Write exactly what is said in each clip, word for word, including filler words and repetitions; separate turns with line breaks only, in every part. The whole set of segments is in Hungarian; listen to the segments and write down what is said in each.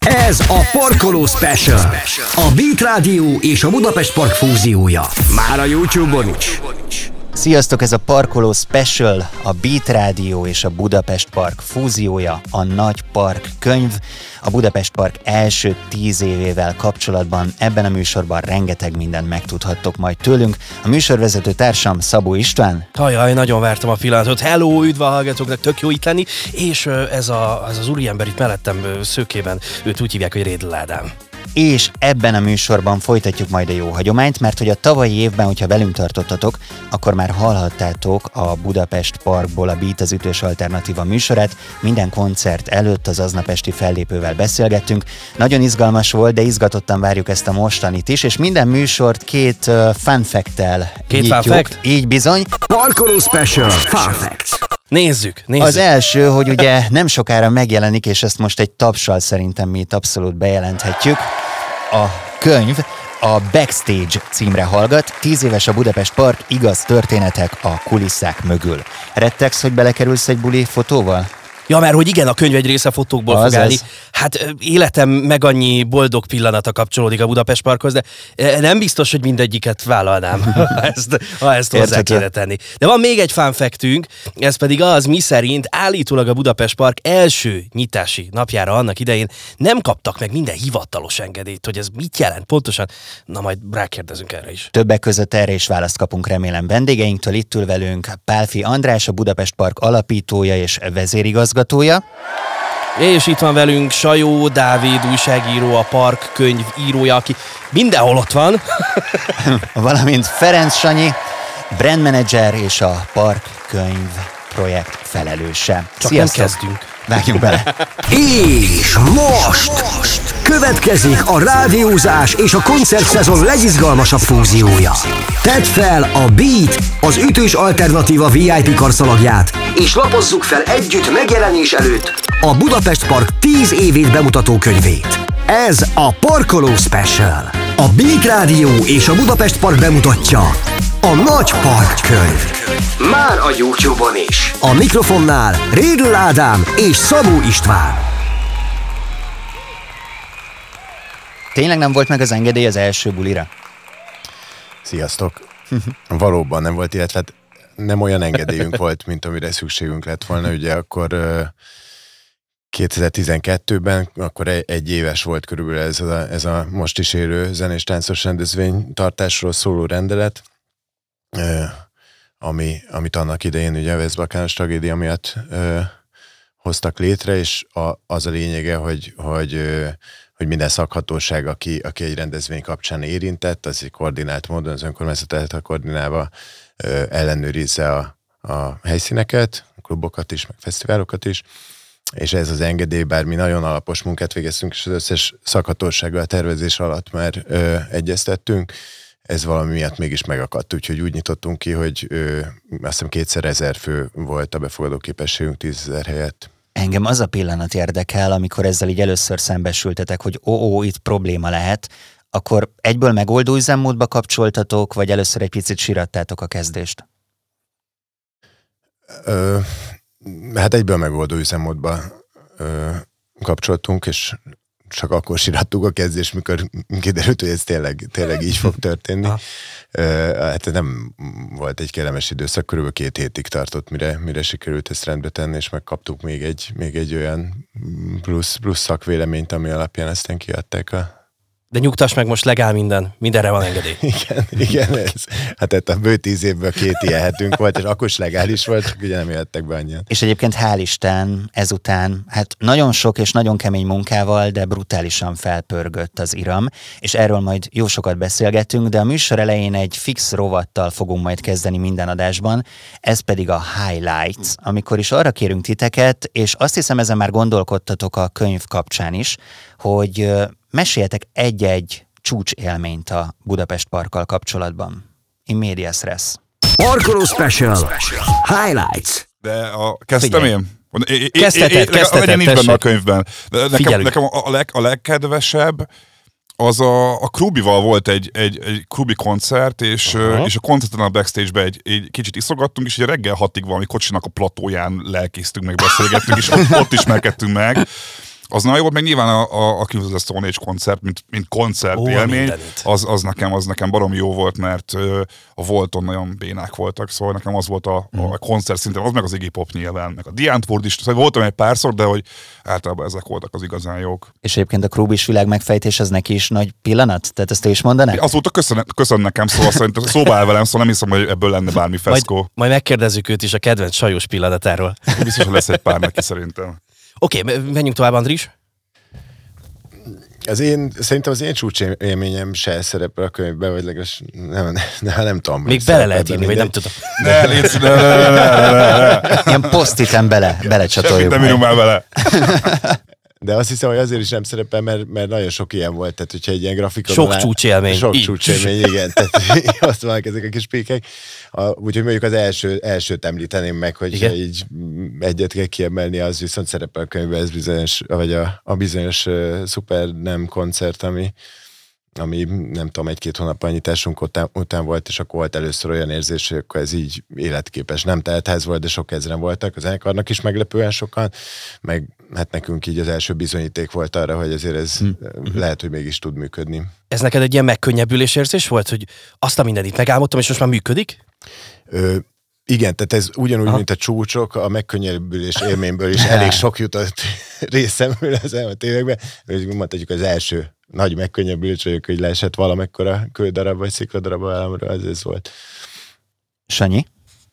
Ez a Parkoló Special. A Beat Rádió és a Budapest Park fúziója. Már a YouTube-on is.
Sziasztok, ez a Parkoló Special, a Beat Rádió és a Budapest Park fúziója, a Nagy Park könyv. A Budapest Park első tíz évével kapcsolatban ebben a műsorban rengeteg mindent megtudhattok majd tőlünk. A műsorvezető társam Szabó István.
Ajaj, nagyon vártam a pillanatot. Hello, üdv a hallgatóknak, tök jó itt lenni. És ez, a, ez az úriember itt mellettem szőkében, őt úgy hívják, hogy Rédl Ádám.
És ebben a műsorban folytatjuk majd a jó hagyományt, mert hogy a tavalyi évben, hogyha velünk tartottatok, akkor már hallhattátok a Budapest Parkból a Beat az ütős alternatíva műsorát. Minden koncert előtt az aznap esti fellépővel beszélgettünk. Nagyon izgalmas volt, de izgatottan várjuk ezt a mostanit is, és minden műsort két uh, fun fact-tel
Két
nyitjuk.
fun fact?
Így bizony.
Parkoló Special Fun Facts.
Nézzük, nézzük.
Az első, hogy ugye nem sokára megjelenik, és ezt most egy tapssal szerintem mi itt abszolút bejelenthetjük. A könyv a Backstage címre hallgat, tíz éves a Budapest Park, igaz történetek a kulisszák mögül. Rettegsz, hogy belekerülsz egy buli fotóval?
Ja, mert hogy igen, a könyv egy része fotókból
Az
fog állni.
az.
Hát életem meg annyi boldog pillanata kapcsolódik a Budapest Parkhoz, de nem biztos, hogy mindegyiket vállalnám, ha ezt, ha ezt hozzá
Érthető.
kéne tenni. De van még egy fun factünk, ez pedig az, miszerint állítólag a Budapest Park első nyitási napjára annak idején nem kaptak meg minden hivatalos engedélyt, hogy ez mit jelent pontosan. Na majd rákérdezünk erre is.
Többek között erre is választ kapunk remélem vendégeinktől. Itt ül velünk Pálfi András, a Budapest Park alapítója és vezérigazgatója.
És itt van velünk Sajó Dávid, újságíró, a Park könyv írója, aki mindenhol ott van.
Valamint Ferenc Sanyi, brand manager és a Park könyv projekt felelőse.
Csak
Sziasztok!
nem kezdünk.
Vágjunk bele!
És most következik a rádiózás és a koncertszezon legizgalmasabb fúziója. Tedd fel a Beat, az ütős alternatíva vé i pé karszalagját, és lapozzuk fel együtt megjelenés előtt a Budapest Park tíz évét bemutató könyvét. Ez a Parkoló Special. A Beat Rádió és a Budapest Park bemutatja a Nagy Park könyv. Már a YouTube-on is. A mikrofonnál Rédl Ádám és Szabó István.
Tényleg nem volt meg az engedély az első bulira?
Sziasztok! Valóban nem volt, illetve nem olyan engedélyünk volt, mint amire szükségünk lett volna. Ugye akkor kétezer-tizenkettőben, akkor egy éves volt körülbelül ez a, ez a most is élő zenés táncos rendezvény tartásról szóló rendelet, ami, amit annak idején ugye a Veszbalkános tragédia miatt ö, hoztak létre, és a, az a lényege, hogy, hogy, ö, hogy minden szakhatóság, aki, aki egy rendezvény kapcsán érintett, az egy koordinált módon, az önkormányzat által koordinálva ö, ellenőrizze a, a helyszíneket, a klubokat is, meg fesztiválokat is, és ez az engedély, bár mi nagyon alapos munkát végeztünk, és az összes szakhatósággal a tervezés alatt már ö, egyeztettünk, ez valami miatt mégis megakadt, úgyhogy úgy nyitottunk ki, hogy ö, azt hiszem kétszer ezer fő volt a befogadó képességünk tízezer helyett.
Engem az a pillanat érdekel, amikor ezzel így először szembesültetek, hogy ó, ó, itt probléma lehet, akkor egyből megoldó üzemmódba kapcsoltatok, vagy először egy picit sirattátok a kezdést?
Ö, hát egyből megoldó üzemmódba ö, kapcsoltunk, és csak akkor sirattuk a kezdést, mikor kiderült, hogy ez tényleg, tényleg így fog történni. Uh, hát nem volt egy kellemes időszak, körülbelül két hétig tartott, mire, mire sikerült ezt rendbe tenni, és megkaptuk még egy, még egy olyan plusz, plusz szakvéleményt, ami alapján aztán kiadták a...
De nyugtass meg, most legál minden, mindenre van engedély.
Igen, igen, ez, hát hát a bő tíz évből két ilyen hetünk volt, és akkor is legális volt, csak ugye nem jöttek be annyian.
És egyébként hál' Isten ezután, hát nagyon sok és nagyon kemény munkával, de brutálisan felpörgött az iram, és erről majd jó sokat beszélgetünk, de a műsor elején egy fix rovattal fogunk majd kezdeni minden adásban, ez pedig a highlights, amikor is arra kérünk titeket, és azt hiszem ezen már gondolkodtatok a könyv kapcsán is, hogy meséljetek egy-egy csúcsélményt a Budapest Parkkal kapcsolatban. In medias res.
Parkoló Special. Highlights.
De a, kezdtem
Figyelj.
én? É, é,
Kezdheted,
é, é,
kezdheted,
legyen nincs benne a
tessék.
könyvben. De nekem,
Figyelünk.
nekem a, a, leg, a legkedvesebb az a, a Krubival volt egy, egy, egy Krubi koncert, és, uh, és a koncerten a backstage-be egy, egy kicsit iszogattunk, és egy reggel hatig valami kocsinak a platóján lelkésztünk, meg beszélgettünk, és ott, ott ismerkedtünk meg. Az nagyon jó volt, meg nyilván a, a, a Kings of the Stone Age koncert, mint, mint koncert
Ó,
élmény, az, az, nekem, az nekem baromi jó volt, mert a Volton nagyon bénák voltak, szóval nekem az volt a, a koncert szinten, az meg az Iggy Pop nyilván, meg a Diantwoord is, szóval voltam egy párszor, de hogy általában ezek voltak az igazán jók.
És egyébként a Krúbis világ megfejtés az neki is nagy pillanat? Tehát ezt te is mondanád?
Azóta köszön, köszön nekem, szóval szerintem szóba áll velem, szóval nem hiszem, hogy ebből lenne bármi feszkó.
Majd, majd megkérdezzük őt is a kedvenc sajós pillanatáról.
Biztos, hogy lesz egy pár neki szerintem.
Oké, okay, menjünk tovább, Andris.
Az én, szerintem az én csúcsélményem se szerepel a könyvben, vagy legalábbis nem, nem, nem tudom.
Még bele lehet írni, vagy nem tudom.
Ne, légy, ne, ne, ne, ne, ne, ne.
Ilyen posztiten bele, belecsatoljuk.
Semmit nem írunk már bele.
De azt hiszem, hogy azért is nem szerepel, mert, mert nagyon sok ilyen volt, tehát hogyha egy ilyen grafikon...
Sok csúcsélmény.
Sok csúcsélmény, igen, tehát azt vannak ezek a kis pékek. Úgyhogy mondjuk az első, elsőt említeném meg, hogy ha így egyet kell kiemelni, az viszont szerepel a könyvben, ez bizonyos, vagy a, a bizonyos uh, szuper nem koncert, ami, ami nem tudom, egy-két hónap a nyitásunk után, után volt, és akkor volt először olyan érzés, hogy akkor ez így életképes. Nem teltház volt, de sok ezren voltak, az zenekarnak is meglepően sokan, meg hát nekünk így az első bizonyíték volt arra, hogy azért ez hmm. lehet, hogy mégis tud működni.
Ez neked egy ilyen megkönnyebbülés érzés volt, hogy azt a mindenit megálmodtam, és most már működik?
Ö, igen, tehát ez ugyanúgy, Aha. mint a csúcsok, a megkönnyebbülés élményből is elég sok jutott részemről az elmúlt években. Mondhatjuk az első nagy megkönnyebbülés, hogy leesett valamekkora kődarab vagy szikladarab a államra, az ez volt.
Sanyi?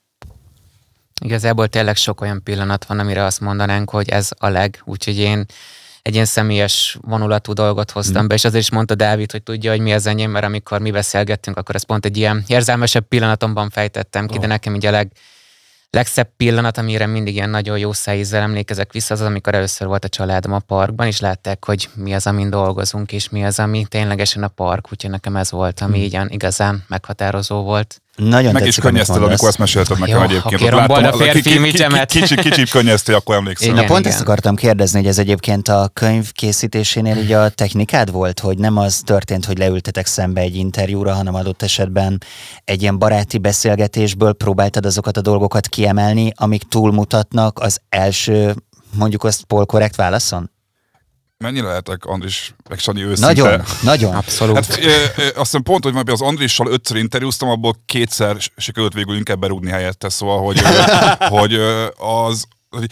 Igazából tényleg sok olyan pillanat van, amire azt mondanánk, hogy ez a leg, úgyhogy én egy ilyen személyes vonulatú dolgot hoztam mm. be, és azért is mondta Dávid, hogy tudja, hogy mi az enyém, mert amikor mi beszélgettünk, akkor ezt pont egy ilyen érzelmesebb pillanatomban fejtettem ki, oh. de nekem így a leg, legszebb pillanat, amire mindig ilyen nagyon jó szájízzel emlékezek vissza, az az, amikor először volt a családom a parkban, és látták, hogy mi az, amin dolgozunk, és mi az, ami ténylegesen a park, úgyhogy nekem ez volt, ami mm. így igazán meghatározó volt.
Nagyon
meg is könnyeztél, amikor ezt mesélted nekem
jó,
egyébként.
Jó, oké, a férfi imicsemet.
Kicsit, kicsit könnyeztél, akkor emlékszem.
Igen, Na pont igen. ezt akartam kérdezni, hogy ez egyébként a könyv készítésénél így a technikád volt, hogy nem az történt, hogy leültetek szembe egy interjúra, hanem adott esetben egy ilyen baráti beszélgetésből próbáltad azokat a dolgokat kiemelni, amik túlmutatnak az első, mondjuk azt polkorrekt válaszon?
Mennyire lehetek, Andris, meg Sanyi őszinte?
Nagyon, nagyon.
Abszolút.
Hát, e, e, azt hiszem pont, hogy az Andrissal ötször interjúztam, abból kétszer sikerült végül inkább berúgni helyette, szóval, hogy, hogy az...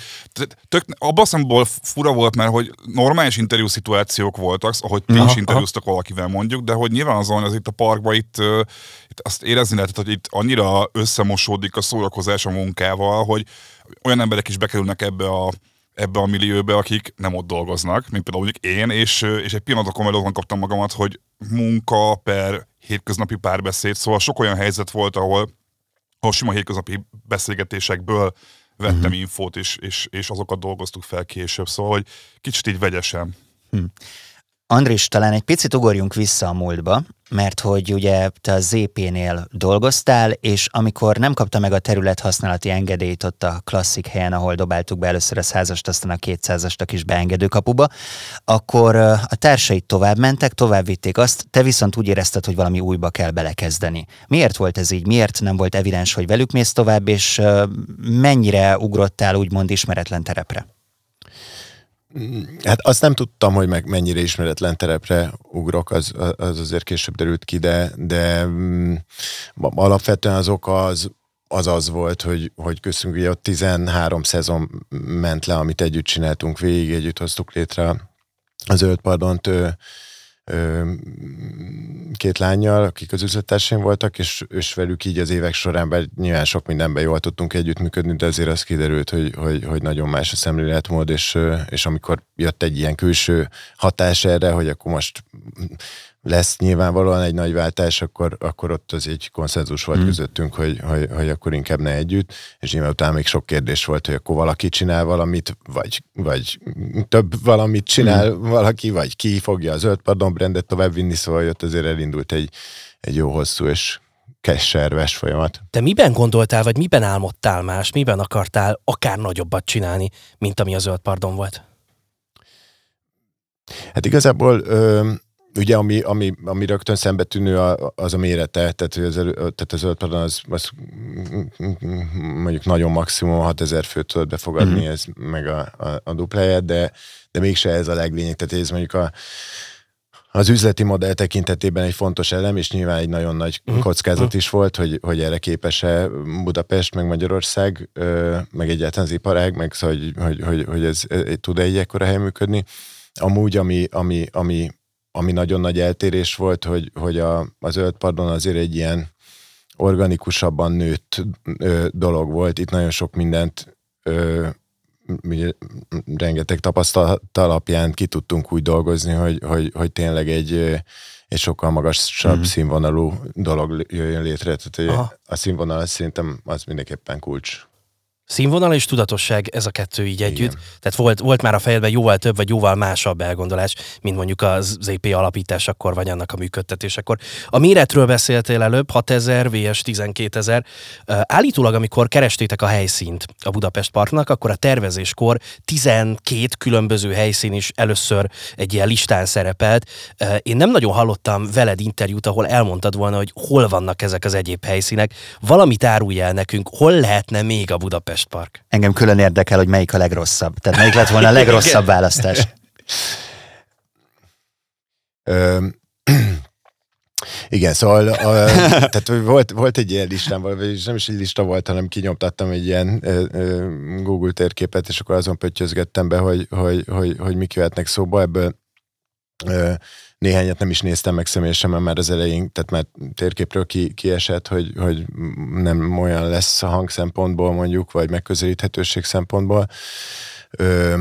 Tök, abban a szempontból fura volt, mert hogy normális interjú szituációk voltak, ahogy ti is interjúztak valakivel mondjuk, de hogy nyilván azon, az itt a parkban itt, itt azt érezni lehetett, hogy itt annyira összemosódik a szórakozás a munkával, hogy olyan emberek is bekerülnek ebbe a ebbe a millióbe, akik nem ott dolgoznak, mint például mondjuk én, és, és egy pillanatokon belül kaptam magamat, hogy munka per hétköznapi párbeszéd, szóval sok olyan helyzet volt, ahol, ahol sima hétköznapi beszélgetésekből vettem uh-huh. infót, és, és, és azokat dolgoztuk fel később, szóval hogy kicsit így vegyesen.
Hm. Andris, talán egy picit ugorjunk vissza a múltba, mert hogy ugye te a zé pé-nél dolgoztál, és amikor nem kapta meg a területhasználati engedélyt ott a klasszik helyen, ahol dobáltuk be először a százast, aztán a kétszázast a kis beengedő kapuba, akkor a társait tovább mentek, tovább vitték azt, te viszont úgy érezted, hogy valami újba kell belekezdeni. Miért volt ez így? Miért nem volt evidens, hogy velük mész tovább, és mennyire ugrottál úgymond ismeretlen terepre?
Hát azt nem tudtam, hogy meg mennyire ismeretlen terepre ugrok, az, az azért később derült ki, de, de alapvetően az oka az az, az volt, hogy, hogy köztünk ugye ott tizenhárom szezon ment le, amit együtt csináltunk végig, együtt hoztuk létre a Zöld Pardont két lánnyal, akik az üzlettársaim voltak, és, és velük így az évek során nyilván sok mindenben jól tudtunk együttműködni, de azért az kiderült, hogy, hogy, hogy nagyon más a szemléletmód, és, és amikor jött egy ilyen külső hatás erre, hogy akkor most lesz nyilvánvalóan egy nagy váltás, akkor, akkor ott az egy konszenzus volt mm. közöttünk, hogy, hogy, hogy akkor inkább ne együtt, és nyilván utána még sok kérdés volt, hogy akkor valaki csinál valamit, vagy, vagy több valamit csinál mm. valaki, vagy ki fogja a Zöld Pardon brandet továbbvinni, szóval ott azért elindult egy, egy jó hosszú és keserves folyamat.
Te miben gondoltál, vagy miben álmodtál más, miben akartál akár nagyobbat csinálni, mint ami a Zöld Pardon volt?
Hát igazából... Ö, ugye ami, ami, ami rögtön szembetűnő az a mérete, tehát, hogy az, tehát az Zöldpardon az, az mondjuk nagyon maximum hatezer főt tudod befogadni, uh-huh. ez meg a, a, a dupláját, de, de mégse ez a leglényeg, tehát ez mondjuk a az üzleti modell tekintetében egy fontos elem, és nyilván egy nagyon nagy kockázat is volt, hogy, hogy erre képes-e Budapest, meg Magyarország, meg egyáltalán az iparág, meg szóval, hogy, hogy, hogy, hogy ez tud-e egy ekkora hely működni. Amúgy, ami, ami, ami, ami nagyon nagy eltérés volt, hogy, hogy a, a Zöldpardon azért egy ilyen organikusabban nőtt dolog volt. Itt nagyon sok mindent rengeteg tapasztalat alapján ki tudtunk úgy dolgozni, hogy, hogy, hogy tényleg egy, egy sokkal magasabb mm. színvonalú dolog jöjjön létre. Tehát a színvonal szerintem az mindenképpen kulcs.
Színvonal és tudatosság, ez a kettő így együtt. Igen. Tehát volt, volt már a fejedben jóval több, vagy jóval másabb elgondolás, mint mondjuk az zé pé alapításakor, vagy annak a működtetésekor. A méretről beszéltél előbb, hatezer versus tizenkétezer. Állítólag, amikor kerestétek a helyszínt a Budapest Parknak, akkor a tervezéskor tizenkét különböző helyszín is először egy ilyen listán szerepelt. Én nem nagyon hallottam veled interjút, ahol elmondtad volna, hogy hol vannak ezek az egyéb helyszínek. Valamit árulj el nekünk, hol lehetne még a Budapest Park?
Engem külön érdekel, hogy melyik a legrosszabb. Tehát melyik lett volna a legrosszabb választás?
Ö, igen, szóval a, tehát volt, volt egy ilyen listám, vagy nem is egy lista volt, hanem kinyomtattam egy ilyen ö, ö, Google térképet, és akkor azon pöttyözgettem be, hogy, hogy, hogy, hogy mik jöhetnek szóba. Ebből ö, néhányat nem is néztem meg személyesen, mert már az elején, tehát már térképről ki, kiesett, hogy, hogy nem olyan lesz a hang szempontból mondjuk, vagy megközelíthetőség szempontból. Ö,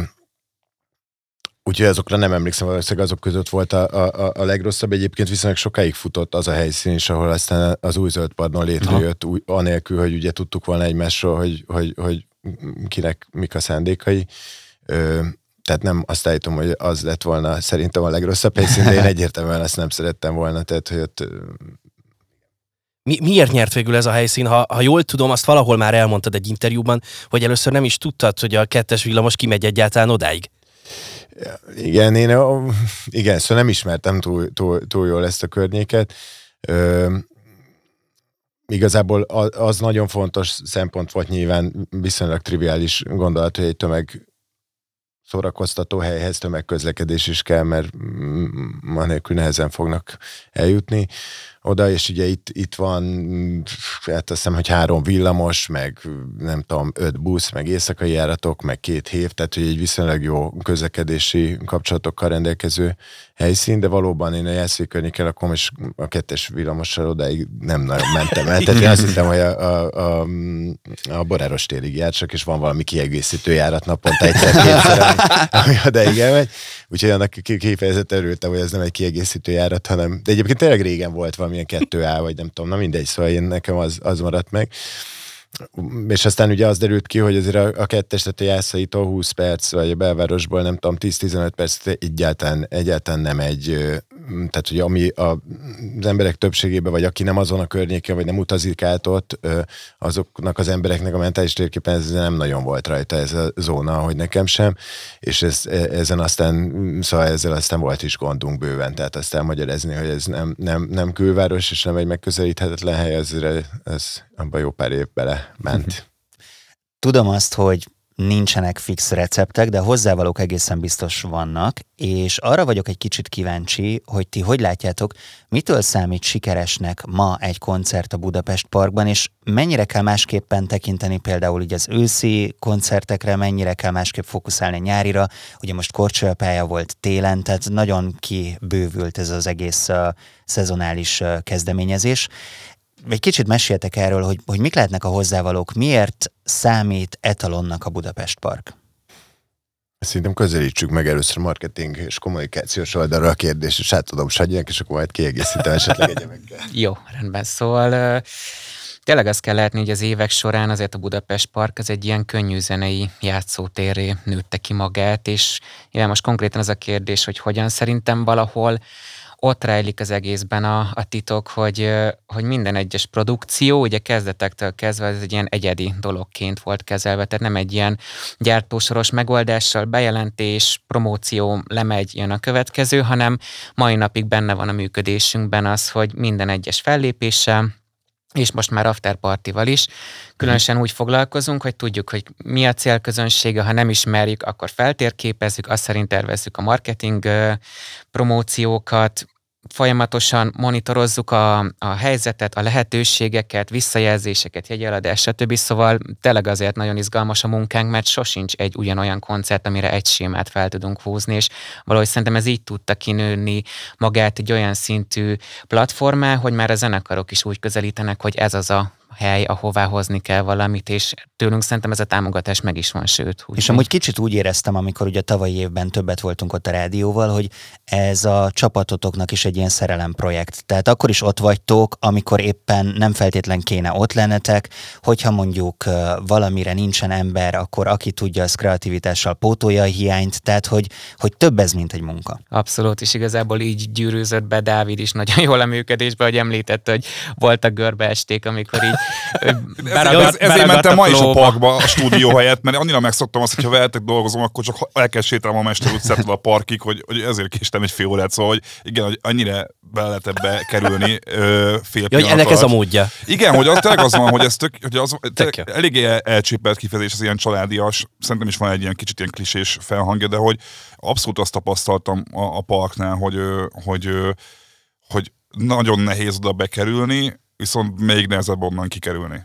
úgyhogy azokra nem emlékszem, valószínűleg azok között volt a, a, a legrosszabb. Egyébként viszonylag sokáig futott az a helyszín is, ahol aztán az új Zöldpardon létrejött, új, anélkül, hogy ugye tudtuk volna egymásról, hogy, hogy, hogy kinek mik a szándékai. Ö, Tehát nem azt állítom, hogy az lett volna szerintem a legrosszabb helyszín, de én egyértelműen azt nem szerettem volna. Tehát, hogy ott...
Mi, miért nyert végül ez a helyszín? Ha, ha jól tudom, azt valahol már elmondtad egy interjúban, hogy először nem is tudtad, hogy a kettes villamos kimegy egyáltalán odáig.
Igen, én igen, szóval nem ismertem túl, túl, túl jól ezt a környéket. Ö, igazából az, az nagyon fontos szempont volt, nyilván viszonylag triviális gondolat, hogy egy tömeg szórakoztató helyhez tömegközlekedés is kell, mert anélkül nehezen fognak eljutni oda, és ugye itt, itt van, hát azt hiszem, hogy három villamos, meg nem tudom, öt busz, meg éjszakai járatok, meg két hév, tehát hogy egy viszonylag jó közlekedési kapcsolatokkal rendelkező helyszín, de valóban én a Jászai környéken lakom, és a kettes villamossal odáig nem nagyon mentem el. Tehát én azt hittem, hogy a, a, a, a Boráros térig járt, csak és van valami kiegészítő járat naponta egyszer-kétszer, ami odáig elmegy. Úgyhogy annak kifejezetten örültem, hogy ez nem egy kiegészítő járat, hanem, de egyébként tényleg régen volt valamilyen kettő á, vagy nem tudom, na mindegy, szóval én, nekem az, az maradt meg. És aztán ugye az derült ki, hogy azért a, a kettes, tehát a Jászaitól húsz perc, vagy a belvárosból nem tudom, tíz-tizenöt perc egyáltalán, egyáltalán nem egy, tehát hogy ami a, az emberek többségében, vagy aki nem azon a környéken, vagy nem utazik át ott, azoknak az embereknek a mentális térképen ez nem nagyon volt rajta ez a zóna, ahogy nekem sem, és ez, ezen aztán, szóval ezzel aztán volt is gondunk bőven, tehát azt elmagyarázni, hogy ez nem, nem, nem külváros, és nem egy megközelíthetetlen hely, ez, ez abban jó pár év bele ment.
Tudom azt, hogy nincsenek fix receptek, de hozzávalók egészen biztos vannak, és arra vagyok egy kicsit kíváncsi, hogy ti hogy látjátok, mitől számít sikeresnek ma egy koncert a Budapest Parkban, és mennyire kell másképpen tekinteni például így az őszi koncertekre, mennyire kell másképp fókuszálni nyárira, ugye most korcsolyapálya volt télen, tehát nagyon kibővült ez az egész uh, szezonális uh, kezdeményezés. Egy kicsit meséltek erről, hogy, hogy mik lehetnek a hozzávalók, miért számít etalonnak a Budapest Park?
Szerintem közelítsük meg először marketing és kommunikációs oldalra a kérdést, és átadom Sanyinak, és akkor majd kiegészítem esetleg egyebekkel.
Jó, rendben. Szóval tényleg azt kell látni, hogy az évek során azért a Budapest Park az egy ilyen könnyű zenei játszótérré nőtte ki magát, és igen, most konkrétan az a kérdés, hogy hogyan, szerintem valahol ott rejlik az egészben a, a titok, hogy, hogy minden egyes produkció, ugye kezdetektől kezdve ez egy ilyen egyedi dologként volt kezelve, tehát nem egy ilyen gyártósoros megoldással, bejelentés, promóció, lemegy, jön a következő, hanem mai napig benne van a működésünkben az, hogy minden egyes fellépéssel, és most már afterpartival is. Különösen úgy foglalkozunk, hogy tudjuk, hogy mi a célközönsége, ha nem ismerjük, akkor feltérképezzük, azt szerint tervezzük a marketing promóciókat, folyamatosan monitorozzuk a, a helyzetet, a lehetőségeket, visszajelzéseket, jegyeladás, stb. Szóval tényleg azért nagyon izgalmas a munkánk, mert sosincs egy ugyanolyan koncert, amire egy sémát fel tudunk húzni, és valahogy szerintem ez így tudta kinőni magát egy olyan szintű platformá, hogy már a zenekarok is úgy közelítenek, hogy ez az a hely, ahová hozni kell valamit, és tőlünk szerintem ez a támogatás meg is van, sőt. Úgy
és amúgy kicsit úgy éreztem, amikor ugye tavalyi évben többet voltunk ott a rádióval, hogy ez a csapatotoknak is egy ilyen szerelemprojekt. Tehát akkor is ott vagytok, amikor éppen nem feltétlen kéne ott lennetek, hogyha mondjuk valamire nincsen ember, akkor aki tudja, az kreativitással pótolja a hiányt, tehát hogy, hogy több ez, mint egy munka.
Abszolút, és igazából így gyűrűzött be Dávid is nagyon jól a működésbe, hogy említette, hogy voltak görbeesték, amikor így
beragad, ez, ezért mentem ma is a parkba a stúdió helyett, mert annyira megszoktam azt, hogyha veletek dolgozom, akkor csak el kell sétálnom a Mester utcától a parkig, hogy, hogy ezért késtem egy fél órát, szóval hogy igen, hogy annyira be lehet ebbe kerülni ö, fél
ja, hogy ennek ez a módja.
Igen, hogy az tényleg az van, hogy ez tök, hogy az, tényleg, eléggé el, elcsépelt kifejezés, az ilyen családias, szerintem is van egy ilyen kicsit ilyen klisés felhangja, de hogy abszolút azt tapasztaltam a, a parknál, hogy, hogy, hogy nagyon nehéz oda bekerülni, viszont még nehezebb onnan kikerülni.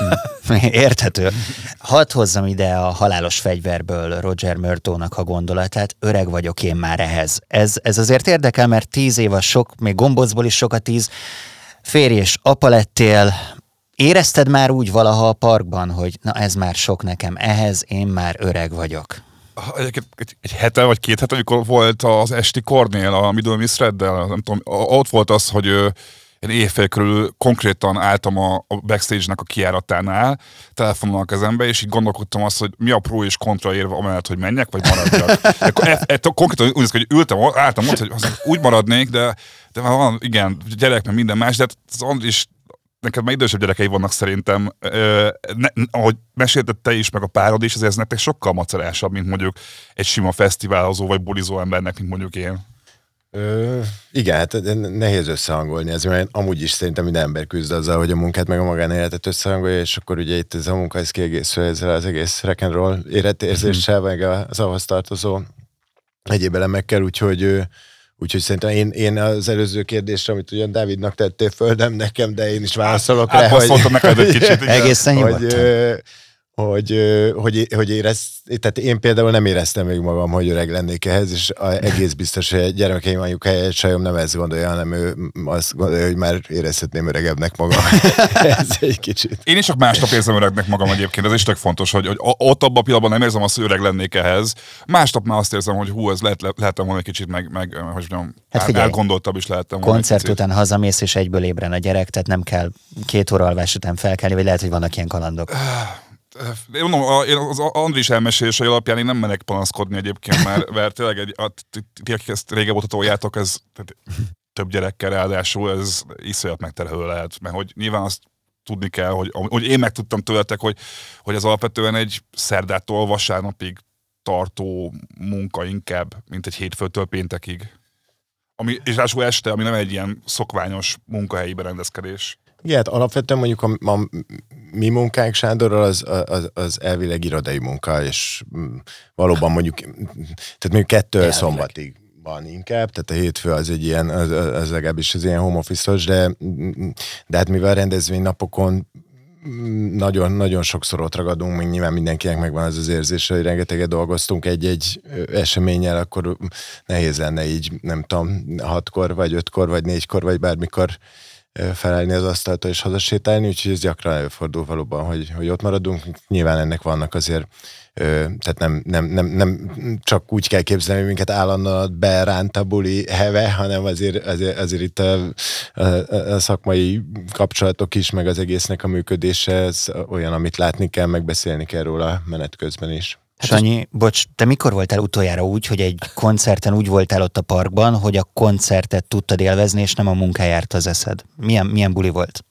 Érthető. Hadd hozzam ide a Halálos fegyverből Roger Murtaughnak a gondolatát, öreg vagyok én már ehhez. Ez, ez azért érdekel, mert tíz év a sok, még gombócból is sok a tíz. Férj és apa lettél, érezted már úgy valaha a parkban, hogy na ez már sok nekem, ehhez én már öreg vagyok?
Egy, egy, egy hete vagy két hete, amikor volt az esti Kornél a Middle Miss Reddel, nem tudom, ott volt az, hogy én éjfél körül konkrétan álltam a, a backstage-nek a kijáratánál, telefonon a kezembe, és így gondolkodtam azt, hogy mi a pro és kontra érve amellett, hogy menjek, vagy maradjak. e, e, konkrétan úgy, hogy ültem, álltam ott, hogy az, úgy maradnék, de, de már van, igen, gyerek, meg minden más, de az Andris, neked már idősebb gyerekei vannak szerintem, ö, ne, ahogy mesélted te is, meg a párod is, azért ez nektek sokkal macerásabb, mint mondjuk egy sima fesztiválozó vagy bulizó embernek, mint mondjuk én.
Ö, igen, hát nehéz összehangolni, ez mert amúgy is szerintem minden ember küzd azzal, hogy a munkát meg a magánéletet összehangolja, és akkor ugye itt ez a munka, ez kiegészül ezzel az egész rock and roll életérzéssel, meg az ahhoz tartozó egyéb elemekkel, úgyhogy, úgyhogy szerintem én, én az előző kérdésre, amit ugyan Dávidnak tettél föl, nem nekem, de én is válaszolok rá,
hogy, neked egy kicsit,
egészen
hogy, hogy, hogy, hogy érez, tehát én például nem éreztem még magam, hogy öreg lennék ehhez, és egész biztos, hogy a gyermekeim anyukája, egy sajom nem ezt gondolja, hanem ő azt gondolja, hogy már érezhetném öregebbnek magam. Ez egy kicsit.
Én is csak másnap érzem öregnek magam egyébként, ez is tök fontos, hogy, hogy ott abban a pillanatban nem érzem azt, hogy öreg lennék ehhez. Másnap már azt érzem, hogy hú, ez lehet, le, lehetem volna egy kicsit meg, meg hogy mondjam, hát figyelj, elgondoltabb is lehetem volna.
Koncert után hazamész, és egyből ébren a gyerek, tehát nem kell két óra alvás után felkelni, vagy lehet, hogy vannak ilyen kalandok.
Én mondom, az Andris elmesélései alapján én nem menek panaszkodni egyébként, mert, mert tényleg egy, a, ti, akik ezt régebb óta toljátok, ez tehát több gyerekkel ráadásul, ez iszonyat megterhelő lehet, mert hogy nyilván azt tudni kell, hogy, hogy én megtudtam tőletek, hogy, hogy ez alapvetően egy szerdától vasárnapig tartó munka inkább, mint egy hétfőtől péntekig. Ami, és ráadásul este, ami nem egy ilyen szokványos munkahelyi berendezkedés.
Igen, hát alapvetően mondjuk a, a mi munkánk Sándorral az, az, az elvileg irodai munka, és valóban mondjuk, tehát mondjuk kettő szombatig van inkább, tehát a hétfő az egy ilyen, az, az legalábbis az ilyen home office-os, de, de hát mivel rendezvénynapokon nagyon, nagyon sokszor ott ragadunk, még nyilván mindenkinek megvan az az érzése, hogy rengeteget dolgoztunk egy-egy eseménnyel, akkor nehéz lenne így, nem tudom, hatkor, vagy ötkor, vagy négykor, vagy bármikor felállni az asztaltól és hazasétálni, úgyhogy ez gyakran előfordul valóban, hogy, hogy ott maradunk. Nyilván ennek vannak azért, ö, tehát nem, nem, nem, nem csak úgy kell képzelni, hogy minket állandóan beránt a buli heve, hanem azért, azért, azért itt a, a, a szakmai kapcsolatok is, meg az egésznek a működése, ez olyan, amit látni kell, megbeszélni kell róla menet közben is.
Hát Sanyi, bocs, te mikor voltál utoljára úgy, hogy egy koncerten úgy voltál ott a parkban, hogy a koncertet tudtad élvezni, és nem a munkájárt az eszed? Milyen, milyen buli volt?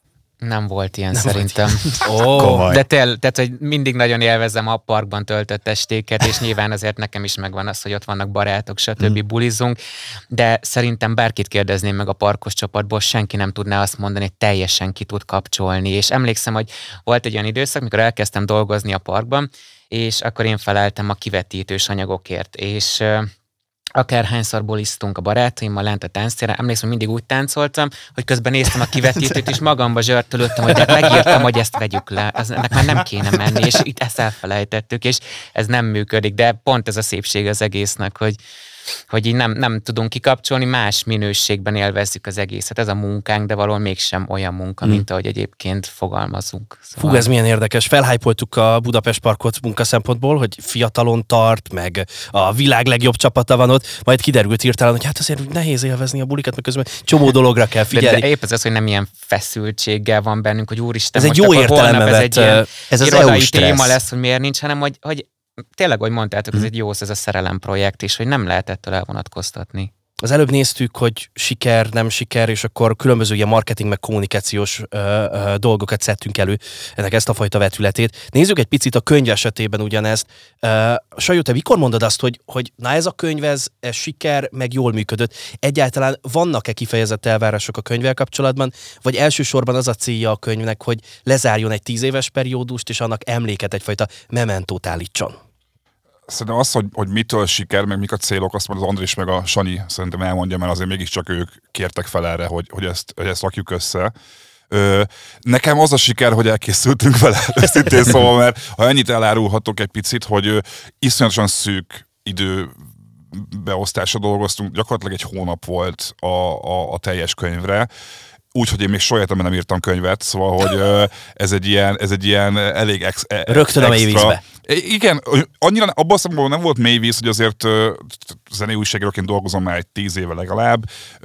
Nem volt ilyen nem szerintem.
Oh.
De te, tehát, hogy mindig nagyon élvezem a parkban töltött estéket, és nyilván azért nekem is megvan az, hogy ott vannak barátok, stb. Mm. bulizunk, de szerintem bárkit kérdezném meg a parkos csapatból, senki nem tudná azt mondani, hogy teljesen ki tud kapcsolni. És emlékszem, hogy volt egy olyan időszak, mikor elkezdtem dolgozni a parkban, és akkor én feleltem a kivetítős anyagokért, és akárhányszor buliztunk a barátaimmal lent a tánctérre, emlékszem, mindig úgy táncoltam, hogy közben néztem a kivetítőt, és magamba zsörtölöttem, hogy de megírtam, hogy ezt vegyük le, az, ennek már nem kéne menni, és itt ezt elfelejtettük, és ez nem működik, de pont ez a szépség az egésznek, hogy hogy így nem, nem tudunk kikapcsolni, más minőségben élvezzük az egészet. Ez a munkánk, de valahol mégsem olyan munka, mint ahogy egyébként fogalmazunk. Szóval...
Fú, ez milyen érdekes. Felhájpoltuk a Budapest Parkot munka szempontból, hogy fiatalon tart, meg a világ legjobb csapata van ott, majd kiderült hirtelen, hogy hát azért nehéz élvezni a bulikat, meg közben csomó dologra kell figyelni.
De, de épp ez az, hogy nem ilyen feszültséggel van bennünk, hogy úristen,
ez egy jó értelemben
ez egy ilyen
ez az
irodai téma lesz, hogy miért nincs, hanem hogy, hogy tényleg, ahogy mondtátok, ez
mm.
egy jó, ez a szerelem projekt is, hogy nem lehet ettől elvonatkoztatni.
Az előbb néztük, hogy siker, nem siker, és akkor különböző ilyen marketing meg kommunikációs ö, ö, dolgokat szedtünk elő, ennek ezt a fajta vetületét. Nézzük egy picit a könyv esetében ugyanezt. Uh, Sajó, te mikor mondod azt, hogy, hogy na ez a könyv, ez, ez siker, meg jól működött? Egyáltalán vannak-e kifejezett elvárások a könyvvel kapcsolatban, vagy elsősorban az a célja a könyvnek, hogy lezárjon egy tíz éves periódust, és annak emléket, egyfajta mementót állítson?
Szerintem az, hogy, hogy mitől siker, meg mik a célok, azt majd az Andris meg a Sanyi szerintem elmondja, mert azért mégiscsak ők kértek fel erre, hogy, hogy, ezt, hogy ezt rakjuk össze. Ö, nekem az a siker, hogy elkészültünk vele, őszintén szóval, mert ha ennyit elárulhatok egy picit, hogy ö, iszonyatosan szűk idő beosztásra dolgoztunk, gyakorlatilag egy hónap volt a, a, a teljes könyvre, úgyhogy én még soha életemben nem írtam könyvet, szóval, hogy ez egy ilyen, ez egy ilyen elég ex, e,
rögtön a mélyvízbe.
Igen, annyira abban a szempontból nem volt mélyvíz, hogy azért zenei újságíróként dolgozom már egy tíz éve legalább,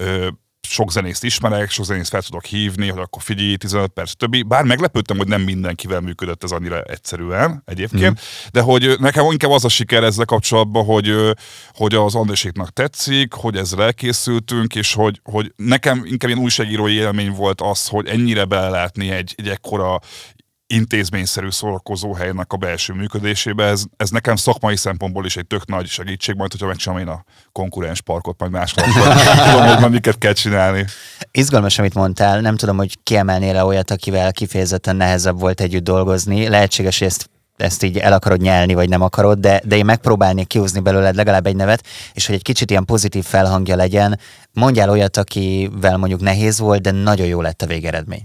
sok zenészt ismerek, sok zenészt fel tudok hívni, hogy akkor figyelj, tizenöt perc, többi. Bár meglepődtem, hogy nem mindenkivel működött ez annyira egyszerűen egyébként, mm. de hogy nekem inkább az a siker ezzel kapcsolatban, hogy, hogy az Andréséknak tetszik, hogy ezzel elkészültünk, és hogy, hogy nekem inkább ilyen újságírói élmény volt az, hogy ennyire belelátni egy, egy ekkora intézményszerű szórakozóhelynek a belső működésébe. Ez, ez nekem szakmai szempontból is egy tök nagy segítség, majd hogyha megcsinálom én a konkurens parkot, majd máshol, tudom, hogy már miket kell csinálni.
Izgalmas, amit mondtál, nem tudom, hogy kiemelnél-e olyat, akivel kifejezetten nehezebb volt együtt dolgozni. Lehetséges, hogy ezt ezt így el akarod nyelni, vagy nem akarod, de, de én megpróbálnék kihúzni belőled legalább egy nevet, és hogy egy kicsit ilyen pozitív felhangja legyen. Mondjál olyat, akivel mondjuk nehéz volt, de nagyon jó lett a végeredmény.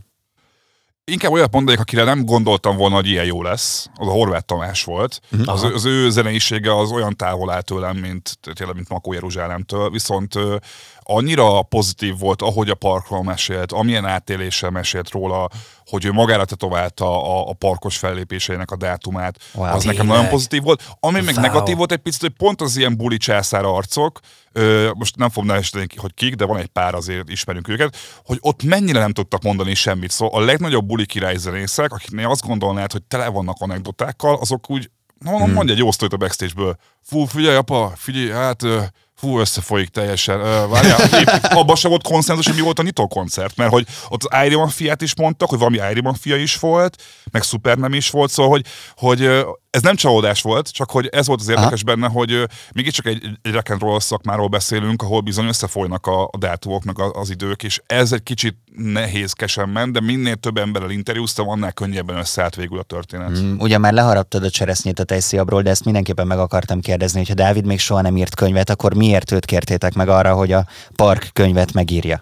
Inkább olyat mondanék, akire nem gondoltam volna, hogy ilyen jó lesz. Az a Horváth Tamás volt. Uh-huh. Az, az ő zeneisége az olyan távol áll tőlem, mint, tényleg, mint Makó Jeruzsálemtől. Viszont uh, annyira pozitív volt, ahogy a parkról mesélt, amilyen átéléssel mesélt róla, hogy ő magára tetoválta a, a parkos fellépéseinek a dátumát. Wow, az nekem nagyon pozitív volt. Ami wow. meg negatív volt egy picit, hogy pont az ilyen buli császár arcok, ö, most nem fogom nevesíteni, hogy kik, de van egy pár, azért ismerünk őket, hogy ott mennyire nem tudtak mondani semmit. Szóval a legnagyobb buli királyzenészek, akiknél azt gondolnád, hogy tele vannak anekdotákkal, azok úgy, na, hmm. mondja egy jó sztorit a backstage-ből. Fú, figyelj apa, figyelj, hát... Fú, összefolyik teljesen. Várjál, abban sem volt konszenzus, hogy mi volt a nyitókoncert, mert hogy ott az Iron Man fiát is mondtak, hogy valami Iron Man fia is volt, meg Superman is volt, szóval, hogy, hogy ez nem csalódás volt, csak hogy ez volt az érdekes Aha. benne, hogy mégiscsak egy, egy rock and roll szakmáról beszélünk, ahol bizony összefolynak a, a dátumok, meg az idők, és ez egy kicsit nehézkesen ment, de minél több emberrel interjúztam, annál könnyebben összeállt végül a történet. Mm,
ugye már leharaptad a cseresznyét a tejszíjabról, de ezt mindenképpen meg akartam kérdezni, hogyha Dávid még soha nem írt könyvet, akkor miért őt kértétek meg arra, hogy a Park könyvet megírja?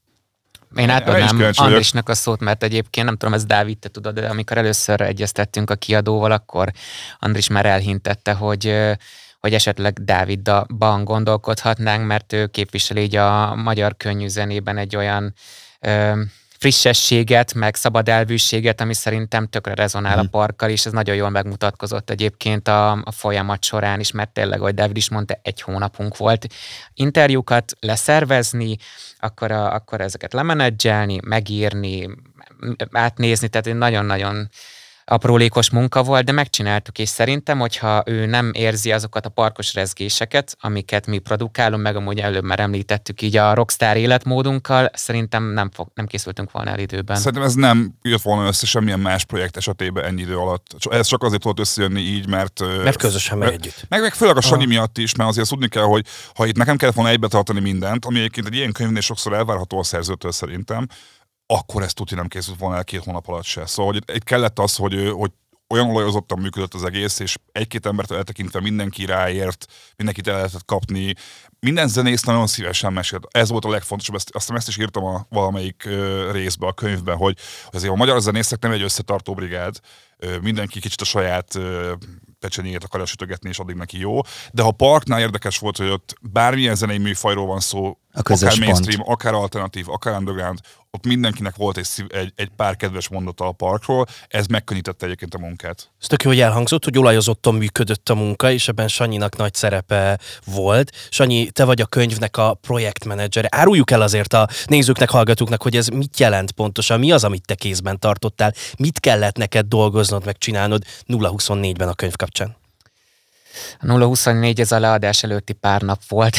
Én átadnám Andrisnak a szót, mert egyébként nem tudom, ez Dávid, te tudod, de amikor először egyeztettünk a kiadóval, akkor Andris már elhintette, hogy, hogy esetleg Dávidban gondolkodhatnánk, mert ő képviseli így a magyar könnyű zenében egy olyan ö, frissességet, meg szabad elvűséget, ami szerintem tökre rezonál hmm. a Parkkal, és ez nagyon jól megmutatkozott egyébként a, a folyamat során is, mert tényleg, ahogy Dávid is mondta, egy hónapunk volt interjúkat leszervezni, akkor, a, akkor ezeket lemenedzselni, megírni, átnézni, tehát nagyon-nagyon aprólékos munka volt, de megcsináltuk, és szerintem, hogyha ő nem érzi azokat a parkos rezgéseket, amiket mi produkálunk, meg amúgy előbb már említettük így a rockstar életmódunkkal, szerintem nem, fog, nem készültünk volna el időben.
Szerintem ez nem jött volna össze semmilyen más projekt esetében ennyi idő alatt. Ez csak azért tudott összejönni így, mert...
Mert közösen megy együtt.
Meg, meg főleg a Sanyi miatt is, mert azért tudni kell, hogy ha itt nekem kellett volna egybe tartani mindent, ami egyébként egy ilyen könyvnél sokszor elvárható a szerzőtől szerintem, akkor ezt tudni nem készült volna el két hónap alatt se. Szóval hogy itt kellett az, hogy, hogy olyan olajozottan működött az egész, és egy-két embertől eltekintve mindenki ráért, mindenkit el lehetett kapni. Minden zenész nagyon szívesen mesélt. Ez volt a legfontosabb, ezt, aztán ezt is írtam a valamelyik uh, részbe, a könyvben, hogy azért a magyar zenészek nem egy összetartó brigád, uh, mindenki kicsit a saját uh, pecsenyét akarja sütögetni, és addig neki jó. De ha Parknál érdekes volt, hogy ott bármilyen zenei műfajról van szó, akár mainstream, pont. akár alternatív, akár underground, ott mindenkinek volt egy, egy, egy pár kedves mondata a Parkról, ez megkönnyítette egyébként a munkát.
Ez tök jó, hogy elhangzott, hogy olajozottan működött a munka, és ebben Sanyinak nagy szerepe volt. Sanyi, te vagy a könyvnek a projektmenedzsere. Áruljuk el azért a nézőknek, hallgatóknak, hogy ez mit jelent pontosan, mi az, amit te kézben tartottál, mit kellett neked dolgoznod, megcsinálnod nulla huszonnégyben a könyv kapcsán?
A nulla huszonnégy ez a leadás előtti pár nap volt.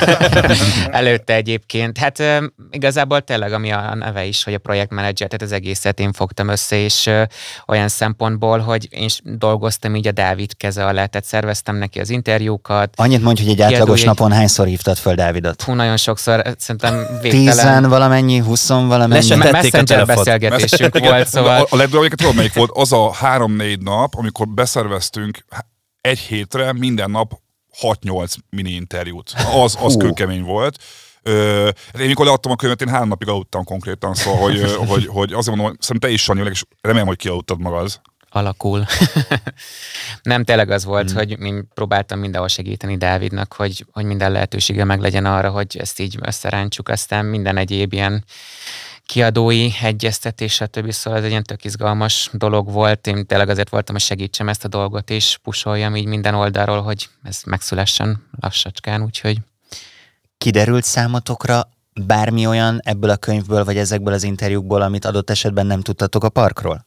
Előtte egyébként. Hát ö, igazából tényleg, ami a neve is, hogy a projektmenedzser, tehát az egészet én fogtam össze, és ö, olyan szempontból, hogy én dolgoztam így a Dávid keze alá, tehát szerveztem neki az interjúkat.
Annyit mondj, hogy egy átlagos egy... napon hányszor hívtad föl Dávidot?
Hú, nagyon sokszor, szerintem végtelen.
Tízen valamennyi, huszon valamennyi.
Messenger beszélgetésünk volt, szóval.
A, a legdurvább, tudom, melyik volt, az a három-négy nap, amikor beszerveztünk egy hétre minden nap hat-nyolc mini interjút. Az, az kőkemény volt. Ö, én mikor leadtam a könyvet, én három napig aludtam konkrétan, szóval, hogy, hogy, hogy azért mondom, hogy szerintem te is, Sanyi, és remélem, hogy kialudtad magad.
Alakul. Nem, tényleg az volt, hmm. hogy én próbáltam mindenhol segíteni Dávidnak, hogy, hogy minden lehetősége meg legyen arra, hogy ezt így összerántsuk, aztán minden egyéb ilyen kiadói egyeztetés, stb. Szóval ez egy ilyen tök izgalmas dolog volt. Én tényleg azért voltam, hogy segítsem ezt a dolgot, és pusoljam így minden oldalról, hogy ez megszülessen lassacskán, úgyhogy...
Kiderült számotokra bármi olyan ebből a könyvből, vagy ezekből az interjúkból, amit adott esetben nem tudtatok a Parkról?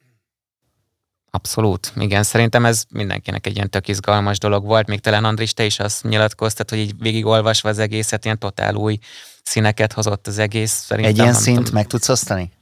Abszolút. Igen, szerintem ez mindenkinek egy ilyen tök izgalmas dolog volt. Még talán Andris, te is azt nyilatkoztad, hogy így végigolvasva az egészet, ilyen totál új színeket hozott az egész. Szerintem,
egy ilyen szint
tudom.
meg tudsz osztani?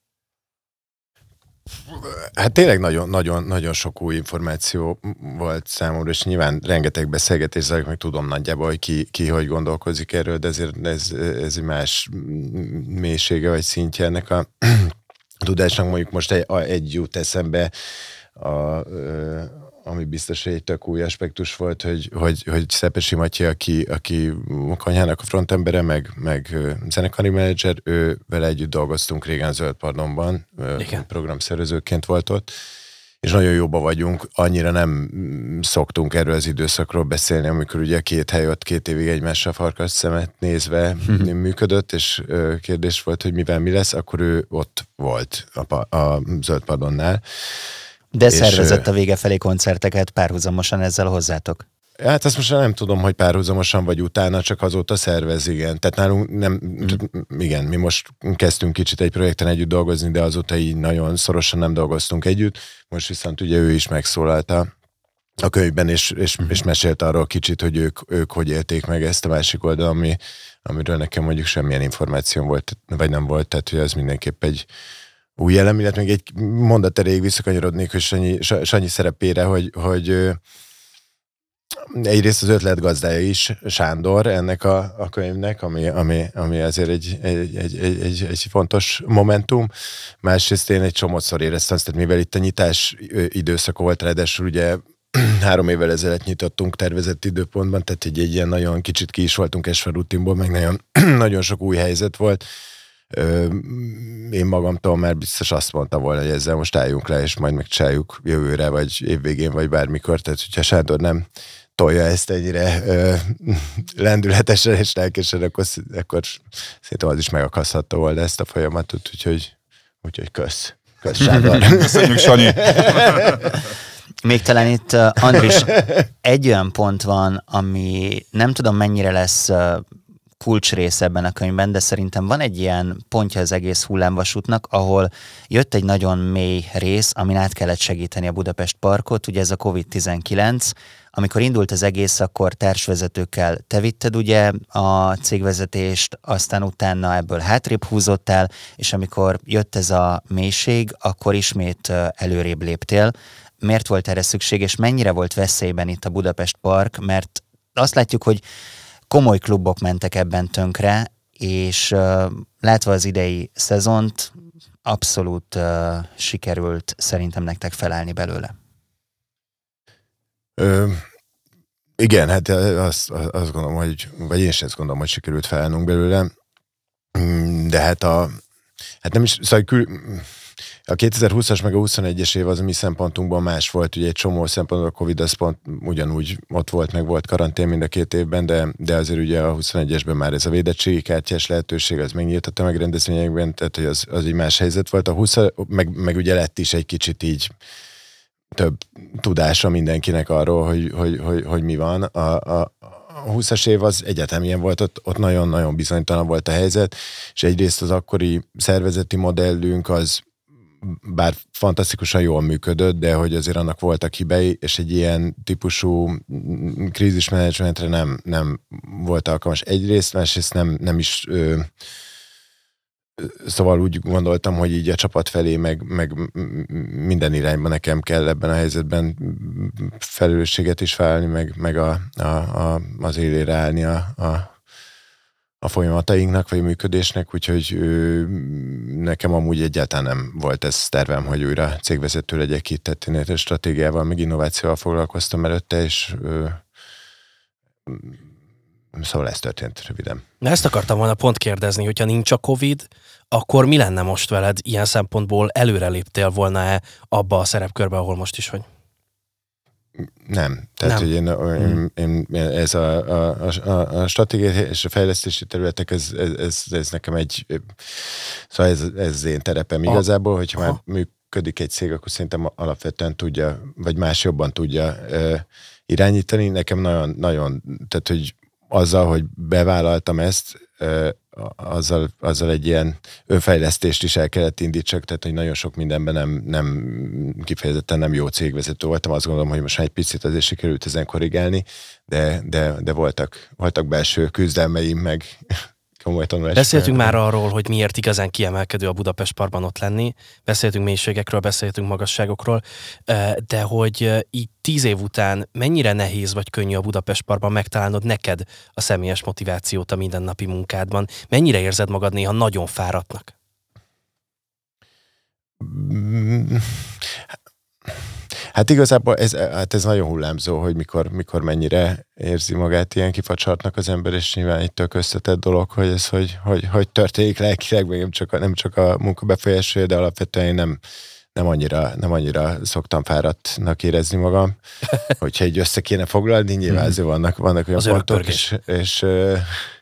Hát tényleg nagyon, nagyon, nagyon sok új információ volt számomra, és nyilván rengeteg beszélgetés zajlik, meg tudom nagyjából, hogy ki, ki hogy gondolkozik erről, de ezért ez, ez egy más mélysége vagy szintje ennek a tudásnak. Mondjuk most egy, egy jut eszembe, a, ami biztos, hogy egy tök új aspektus volt, hogy, hogy, hogy Szepesi Matyi, aki, aki Konyhának a frontembere, meg, meg zenekari menedzser, ő vele együtt dolgoztunk régen Zöld Pardonban, programszervezőként volt ott, és nagyon jóba vagyunk, annyira nem szoktunk erről az időszakról beszélni, amikor ugye két hely ott két évig egymással farkas szemet nézve mm-hmm. működött, és kérdés volt, hogy mivel mi lesz, akkor ő ott volt a, a Zöld Pardonnál.
De szervezett a vége felé koncerteket párhuzamosan ezzel hozzátok?
Hát ezt most nem tudom, hogy párhuzamosan vagy utána, csak azóta szervez, igen. Tehát nálunk nem, mm. igen, mi most kezdtünk kicsit egy projekten együtt dolgozni, de azóta így nagyon szorosan nem dolgoztunk együtt. Most viszont ugye ő is megszólalta a könyvben, és, és, mm. és mesélt arról kicsit, hogy ők, ők hogy élték meg ezt a másik oldal, ami, amiről nekem mondjuk semmilyen információ volt, vagy nem volt, tehát hogy ez mindenképp egy új elem, illetve még egy mondat erejéig visszakanyarodnék, hogy Sanyi, Sanyi szerepére, hogy, hogy egyrészt az ötletgazdája is Sándor ennek a, a könyvnek, ami, ami, ami azért egy, egy, egy, egy, egy, egy fontos momentum. Másrészt én egy csomószor éreztem, tehát mivel itt a nyitás időszaka volt, ráadásul ugye három évvel ezelőtt nyitottunk tervezett időpontban, tehát egy, egy ilyen nagyon kicsit ki is voltunk esve rutinból, meg nagyon, nagyon sok új helyzet volt. Én magamtól már biztos azt mondtam volna, hogy ezzel most álljunk le, és majd megcsináljuk jövőre, vagy évvégén, vagy bármikor. Tehát, hogyha Sándor nem tolja ezt ennyire ö, lendületesen és lelkesen, akkor, akkor szerintem az is megakaszthatta volna ezt a folyamatot, úgyhogy, úgyhogy kösz. Kösz, Sándor.
Köszönjük, Sanyi.
Még talán itt, uh, Andris, egy olyan pont van, ami nem tudom mennyire lesz uh, kulcsrész ebben a könyvben, de szerintem van egy ilyen pontja az egész hullámvasútnak, ahol jött egy nagyon mély rész, amin át kellett segíteni a Budapest Parkot, ugye ez a kovid tizenkilenc. Amikor indult az egész, akkor társvezetőkkel te vitted ugye a cégvezetést, aztán utána ebből hátrébb húzottál, és amikor jött ez a mélység, akkor ismét előrébb léptél. Miért volt erre szükség, és mennyire volt veszélyben itt a Budapest Park, mert azt látjuk, hogy komoly klubok mentek ebben tönkre, és uh, látva az idei szezont, abszolút uh, sikerült szerintem nektek felállni belőle.
Ö, igen, hát azt, azt gondolom, hogy, vagy én is ezt gondolom, hogy sikerült felállnunk belőle, de hát a, hát nem is, szóval kül, a kétezer-húszas meg a huszonegyes év az a mi szempontunkban más volt, ugye egy csomó szempontból a Covid az pont ugyanúgy ott volt, meg volt karantén mind a két évben, de, de azért ugye a huszonegyesben már ez a védettségi kártyás lehetőség, az megnyílt a tömegrendezvényekben, tehát hogy az, az egy más helyzet volt. A húsz, meg, meg ugye lett is egy kicsit így több tudása mindenkinek arról, hogy, hogy, hogy, hogy mi van. A, a, a húszas év az egyetem ilyen volt, ott, ott nagyon-nagyon bizonytalan volt a helyzet, és egyrészt az akkori szervezeti modellünk az bár fantasztikusan jól működött, de hogy azért annak voltak hibái, és egy ilyen típusú krízismenedzsmentre nem, nem volt alkalmas egyrészt, másrészt nem, nem is ö, szóval úgy gondoltam, hogy így a csapat felé, meg, meg minden irányban nekem kell ebben a helyzetben felelősséget is vállalni, meg, meg a, a, a, az élére állni a, a a folyamatainknak, vagy a működésnek, úgyhogy ő, nekem amúgy egyáltalán nem volt ez tervem, hogy újra cégvezető legyek itt, tehát én stratégiával, meg innovációval foglalkoztam előtte, és ő, szóval ez történt röviden.
Na ezt akartam volna pont kérdezni, hogyha nincs a Covid, akkor mi lenne most veled ilyen szempontból, előreléptél volna-e abba a szerepkörbe, ahol most is vagy?
Nem. Tehát, nem. hogy én, én, én ez a, a, a, a stratégiai és a fejlesztési területek, ez, ez, ez, ez nekem egy, szóval ez, ez az én terepem a, igazából, hogyha aha. már működik egy cég, akkor szerintem alapvetően tudja, vagy más jobban tudja uh, irányítani. Nekem nagyon, nagyon, tehát, hogy azzal, hogy bevállaltam ezt, uh, azzal, azzal egy ilyen önfejlesztést is el kellett indítsak, tehát hogy nagyon sok mindenben nem, nem kifejezetten nem jó cégvezető voltam. Azt gondolom, hogy most már egy picit azért sikerült ezen korrigálni, de, de, de voltak, voltak belső küzdelmeim, meg komoly tanulás.
Beszéltünk már arról, hogy miért igazán kiemelkedő a Budapest Parkban ott lenni. Beszéltünk mélységekről, beszéltünk magasságokról, de hogy így tíz év után mennyire nehéz vagy könnyű a Budapest Parkban megtalálnod neked a személyes motivációt a mindennapi munkádban? Mennyire érzed magad néha nagyon fáradtnak?
Hát igazából ez, hát ez nagyon hullámzó, hogy mikor, mikor mennyire érzi magát ilyen kifacsartnak az ember, és nyilván egy tök összetett dolog, hogy ez hogy, hogy, hogy történik lelkileg, meg nem csak a, nem csak a munka befolyásolja, de alapvetően én nem, nem, annyira, nem annyira szoktam fáradtnak érezni magam, hogyha egy össze kéne foglalni, nyilván azért vannak, vannak olyan pontok, és, és ö,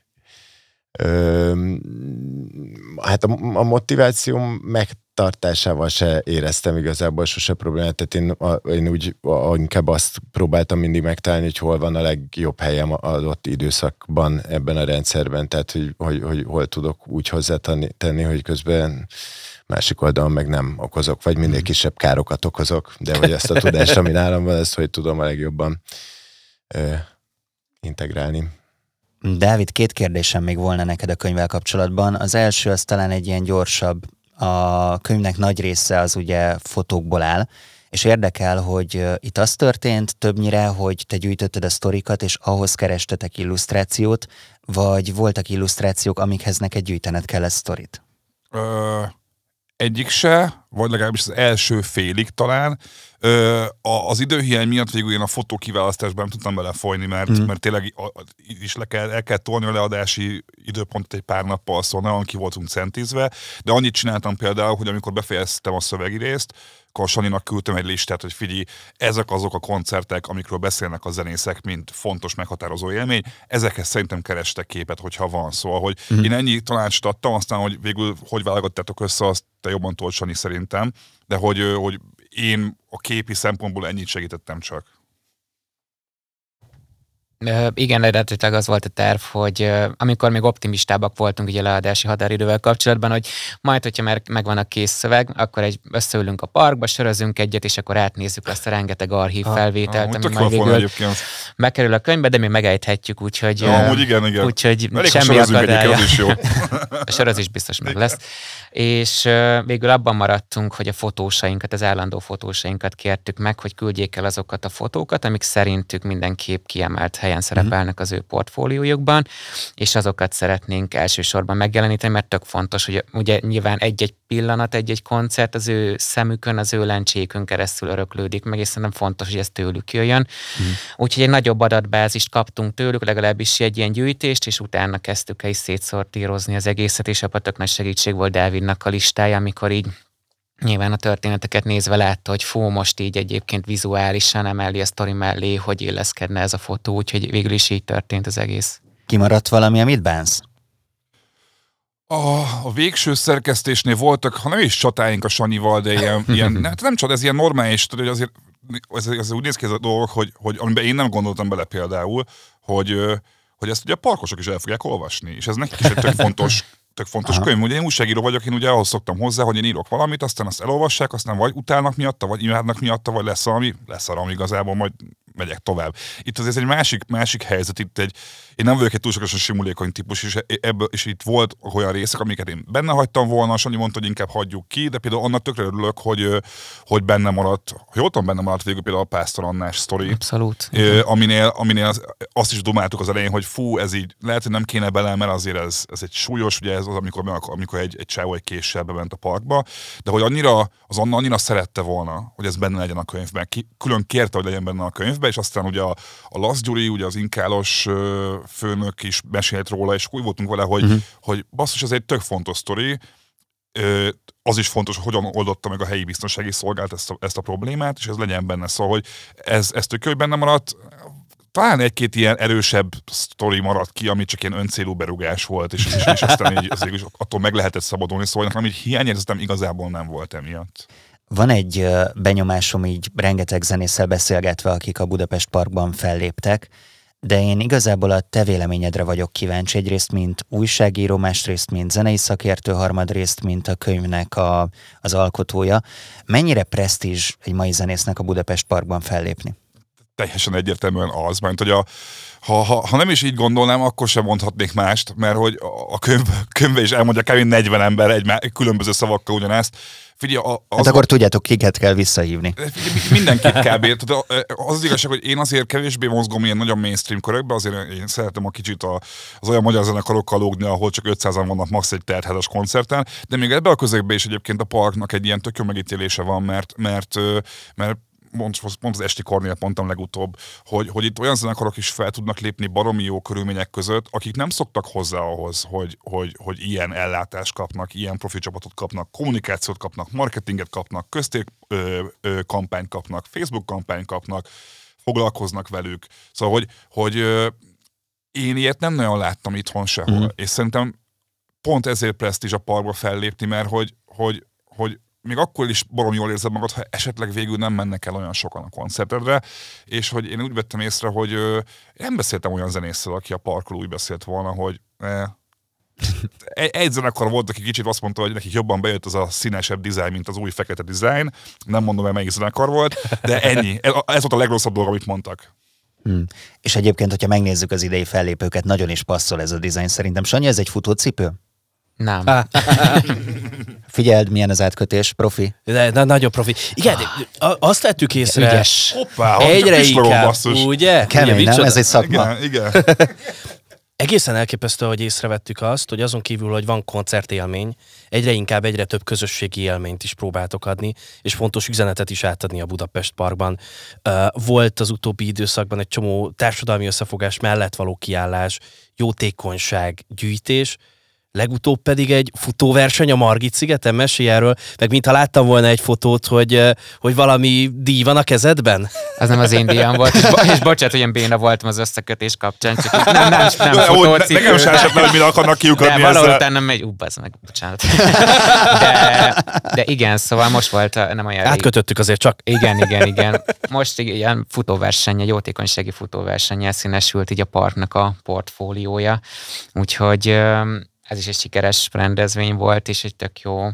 ö, hát a, a motivációm meg tartásával se éreztem igazából sose problémát, tehát én, a, én úgy a, inkább azt próbáltam mindig megtalálni, hogy hol van a legjobb helyem az adott időszakban ebben a rendszerben, tehát hogy, hogy, hogy hol tudok úgy hozzátenni, tenni, hogy közben másik oldalon meg nem okozok, vagy minél kisebb károkat okozok, de hogy ezt a tudást, ami nálam van, ezt hogy tudom a legjobban ö, integrálni.
Dávid, két kérdésem még volna neked a könyvvel kapcsolatban. Az első az talán egy ilyen gyorsabb. A könyvnek nagy része az ugye fotókból áll, és érdekel, hogy itt az történt többnyire, hogy te gyűjtötted a sztorikat, és ahhoz kerestetek illusztrációt, vagy voltak illusztrációk, amikhez neked gyűjtened kellett sztorit?
Ö, egyik se, vagy legalábbis az első félig talán. Ö, a, az időhiány miatt végül én a fotó kiválasztásban nem tudtam belefolyni, mert, mm. mert tényleg a, is le kell, el kell tolni a leadási időpontot egy pár nappal, szóval nagyon ki voltunk centízve, de annyit csináltam például, hogy amikor befejeztem a szövegi részt, akkor Saninak küldtem egy listát, hogy figyelj, ezek azok a koncertek, amikről beszélnek a zenészek, mint fontos, meghatározó élmény, ezekhez szerintem kerestek képet, hogyha van. Szóval, hogy mm. én ennyi tanácsot adtam, aztán, hogy végül hogy válogattátok össze, azt te jobban tudod, Sani, szerintem, de hogy, hogy én a képi szempontból ennyit segítettem csak.
Ö, igen, eredetileg az volt a terv, hogy ö, amikor még optimistábbak voltunk ugye a leadási határidővel kapcsolatban, hogy majd, hogyha már megvan a kész szöveg, akkor egy összeülünk a parkba, sörözünk egyet, és akkor átnézzük azt a rengeteg archív
Ah,
felvételt,
ah,
ami majd végül bekerül a könyvbe, de mi megejthetjük, úgyhogy,
ja, amúgy igen, igen.
úgyhogy
elég,
semmi akadálya.
Az is jó.
A sörözés biztos meg lesz. És uh, végül abban maradtunk, hogy a fotósainkat, az állandó fotósainkat kértük meg, hogy küldjék el azokat a fotókat, amik szerintük mindenképp kiemelt helyen szerepelnek az ő portfóliójukban, és azokat szeretnénk elsősorban megjeleníteni, mert tök fontos, hogy ugye nyilván egy-egy pillanat, egy-egy koncert az ő szemükön, az ő lencsékön keresztül öröklődik meg, és szerintem fontos, hogy ez tőlük jöjjön. Mm. Úgyhogy egy nagyobb adatbázist kaptunk tőlük, legalábbis egy ilyen gyűjtést, és utána kezdtük el is szétszortírozni az egészet, és abban tök nagy segítség volt Dávidnak a listája, amikor így nyilván a történeteket nézve látta, hogy fú, most így egyébként vizuálisan emeli a sztori mellé, hogy illeszkedne ez a fotó, úgyhogy végül is így történt az egész.
Kimaradt valami, amit bánsz?
A, a végső szerkesztésnél voltak, ha nem is csatáink a Sanyival, de ilyen, ilyen nem, nem csat, ez ilyen normális, hogy azért ez, ez úgy néz ki ez a dolog, hogy, hogy amiben én nem gondoltam bele például, hogy, hogy ezt ugye a parkosok is el fogják olvasni, és ez nekik is egy tök fontos tök fontos Aha. könyv. Ugye én újságíró vagyok, én ugye ahhoz szoktam hozzá, hogy én írok valamit, aztán azt elolvassák, aztán vagy utálnak miatta, vagy imádnak miatta, vagy lesz valami, lesz arra, igazából majd megyek tovább. Itt azért egy másik, másik helyzet, itt egy, én nem vagyok egy túlságosan simulékony típus, és, ebből, és itt volt olyan részek, amiket én benne hagytam volna, Sanyi mondta, hogy inkább hagyjuk ki, de például annak tökre örülök, hogy, hogy benne maradt, jól tudom, benne maradt végül például a Pásztor Annás sztori.
Abszolút.
Aminél, aminél azt is dumáltuk az elején, hogy fú, ez így, lehet, hogy nem kéne bele, mert azért ez, ez egy súlyos, ugye ez az, amikor, amikor egy, egy csávó egy késsel bement a parkba, de hogy annyira, az Anna annyira szerette volna, hogy ez benne legyen a könyvben. Ki, külön kérte, hogy legyen benne a könyvben, és aztán ugye a, a Lasz Gyuri, ugye az inkálos főnök is mesélt róla, és úgy voltunk vele, hogy, uh-huh. hogy basszus, ez egy tök fontos sztori, az is fontos, hogy hogyan oldotta meg a helyi biztonsági szolgálat ezt a, ezt a problémát, és ez legyen benne. Szóval, hogy ez, ez tök, hogy benne maradt, talán egy-két ilyen erősebb sztori maradt ki, ami csak ilyen öncélú berugás volt, és, és, és aztán így, azért, attól meg lehetett szabadulni, szóval nekem így hiányérzetem igazából nem volt emiatt.
Van egy benyomásom így rengeteg zenésszel beszélgetve, akik a Budapest Parkban felléptek, de én igazából a te véleményedre vagyok kíváncsi, egyrészt mint újságíró, másrészt mint zenei szakértő, harmadrészt mint a könyvnek a, az alkotója. Mennyire presztízs egy mai zenésznek a Budapest Parkban fellépni?
Teljesen egyértelműen az, mert hogy a, ha, ha, ha nem is így gondolnám, akkor sem mondhatnék mást, mert hogy a könyv, könyvbe is elmondja kb. negyven ember egy különböző szavakkal ugyanezt. Figyelj, az
hát akkor tudjátok, kiket kell visszahívni.
Figyelj, mindenkit kb. Az az igazság, hogy én azért kevésbé mozgom ilyen nagyon mainstream körökbe, azért én szeretem a kicsit az olyan magyar zenekarokkal lógni, ahol csak ötszázan vannak max. Egy tertházas koncerten, de még ebbe a közegbe is egyébként a parknak egy ilyen tök jó megítélése van, mert, mert, mert pont az Esti Kornél mondtam legutóbb, hogy, hogy itt olyan zenekarok is fel tudnak lépni baromi jó körülmények között, akik nem szoktak hozzá ahhoz, hogy, hogy, hogy ilyen ellátást kapnak, ilyen profi csapatot kapnak, kommunikációt kapnak, marketinget kapnak, köztér ö, ö, kampányt kapnak, Facebook kampányt kapnak, foglalkoznak velük. Szóval, hogy, hogy ö, én ilyet nem nagyon láttam itthon sehol. Mm. És szerintem pont ezért presztízs a parkba fellépni, mert hogy, hogy, hogy még akkor is barom jól érzed magad, ha esetleg végül nem mennek el olyan sokan a koncertedre, és hogy én úgy vettem észre, hogy ö, nem beszéltem olyan zenésszel, aki a parkról úgy beszélt volna, hogy eh, egy zenekar volt, aki kicsit azt mondta, hogy nekik jobban bejött az a színesebb dizájn, mint az új fekete dizájn. Nem mondom el, melyik zenekar volt, de ennyi. Ez volt a legrosszabb dolog, amit mondtak.
Hmm. És egyébként, hogyha megnézzük az idei fellépőket, nagyon is passzol ez a dizájn szerintem. Sanyi, ez egy futócipő?
Nem.
Figyeld, milyen az átkötés, profi.
De, de nagyon profi. Igen, ah, azt vettük észre.
Ügyes.
Hoppá,
egyre inkább, ugye?
Kemény,
ugye,
nem? Ez egy szakma.
Igen, igen.
Egészen elképesztő, hogy észrevettük azt, hogy azon kívül, hogy van koncertélmény, egyre inkább egyre több közösségi élményt is próbáltok adni, és fontos üzenetet is átadni a Budapest Parkban. Volt az utóbbi időszakban egy csomó társadalmi összefogás mellett való kiállás, jótékonyság, gyűjtés. legutóbb pedig egy futóverseny a Margit szigeten, mesélj erről, meg mintha láttam volna egy fotót, hogy, hogy valami díj van a kezedben?
Az nem az én díjam volt, és, bo- és bocsánat, hogy ilyen béna voltam az összekötés kapcsán, csak itt nem, nem, nem futócipő.
Nekem sem esett le, hogy mire akarnak kiukadni
ezzel. De valahol
ezzel.
utána megy, ú, bazd meg, bocsánat. De, de igen, szóval most volt a, nem olyan rég.
Átkötöttük azért csak.
Igen, igen, igen. Most ilyen futóverseny, egy jótékonysági futóversennyel színesült így a parknak a portfóliója. Úgyhogy ez is egy sikeres rendezvény volt, és egy tök jó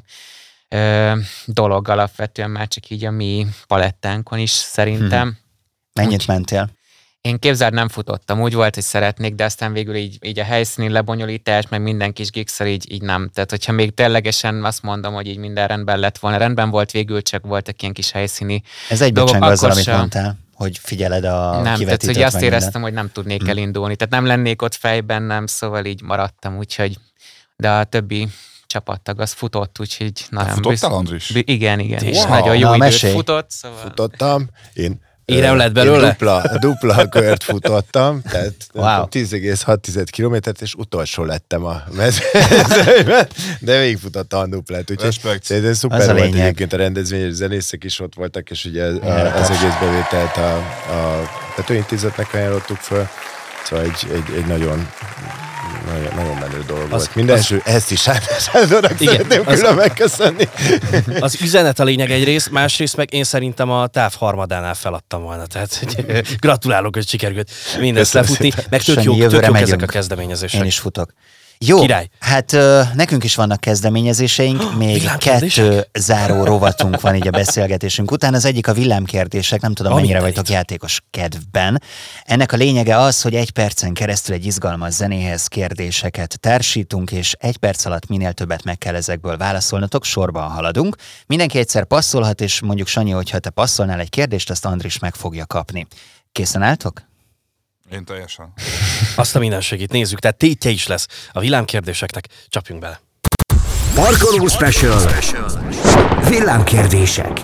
dolog alapvetően már csak így a mi palettánkon is szerintem.
Hmm. Mennyit Úgy, mentél?
Én képzeld, nem futottam. Úgy volt, hogy szeretnék, de aztán végül így, így a helyszíni lebonyolítás, meg minden kis gigszer így, így nem. Tehát, hogyha még ténylegesen azt mondom, hogy így minden rendben lett volna. Rendben volt végül, csak voltak ilyen kis helyszíni
Ez egybecseng azzal, amit mondtál, hogy figyeled a
nem,
kivetítőt.
Tehát, hogy azt éreztem,
minden.
hogy nem tudnék hmm. elindulni. Tehát nem lennék ott fejben, nem, szóval így maradtam, úgyhogy de a többi csapattag az futott, úgyhogy nagyon
futottál, bizt... Andris?
Igen, igen,
wow.
és nagyon jó
Na,
időt
mesélj.
futott. Szóval...
Futottam, én
Érem lett belőle?
Dupla, dupla kört futottam, tehát
wow.
tíz egész hat kilométert, és utolsó lettem a mezőnyben, de végigfutottam a duplát, úgyhogy szerintem szuper volt egyébként a rendezvény, és zenészek is ott voltak, és ugye a, az egész bevételt a, a Petőintézetnek ajánlottuk föl, szóval egy, egy, egy nagyon Nagyon, nagyon menő dolog az, volt. Minden első, ezt is Sándornak szeretném az, külön megköszönni.
Az üzenet a lényeg egyrészt, másrészt meg én szerintem a táv harmadánál feladtam volna. Tehát hogy gratulálok, hogy sikerült mindezt lefutni. Meg tök jók, tök jók ezek a kezdeményezések.
Én is futok. Jó, Király. hát uh, nekünk is vannak kezdeményezéseink, még kettő záró rovatunk van így a beszélgetésünk után. Az egyik a villámkérdések, nem tudom, mennyire vagytok játékos kedvben. Ennek a lényege az, hogy egy percen keresztül egy izgalmas zenéhez kérdéseket társítunk, és egy perc alatt minél többet meg kell ezekből válaszolnotok, sorban haladunk. Mindenki egyszer passzolhat, és mondjuk Sanyi, hogyha te passzolnál egy kérdést, azt Andris meg fogja kapni. Készen álltok?
Én teljesen.
Azt a mindenségét nézzük, tehát tétje is lesz a villámkérdéseknek. Csapjunk bele.
Parkoló Special. Villámkérdések.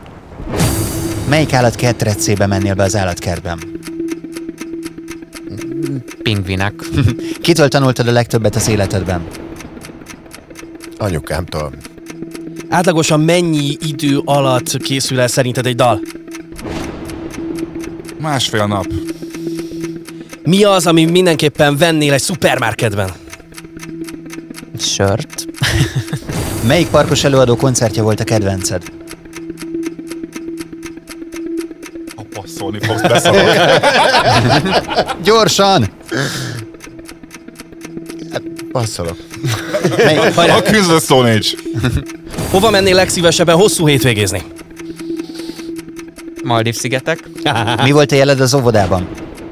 Melyik állat ketrecébe mennél be az állatkertben?
Pingvinek.
Kitől tanultad a legtöbbet az életedben?
Anyukámtól.
Átlagosan mennyi idő alatt készül el szerinted egy dal?
Másfél nap.
Mi az, ami mindenképpen vennél egy szupermarketben?
Sört.
Melyik parkos előadó koncertje volt a kedvenced?
Ha passzolni fogsz, beszarok.
Gyorsan!
Hát, passzolok.
Melyik?
A Queens of the Stone Age.
Hova mennél legszívesebben hosszú hétvégézni?
Maldív-szigetek.
Mi volt a jeled az óvodában?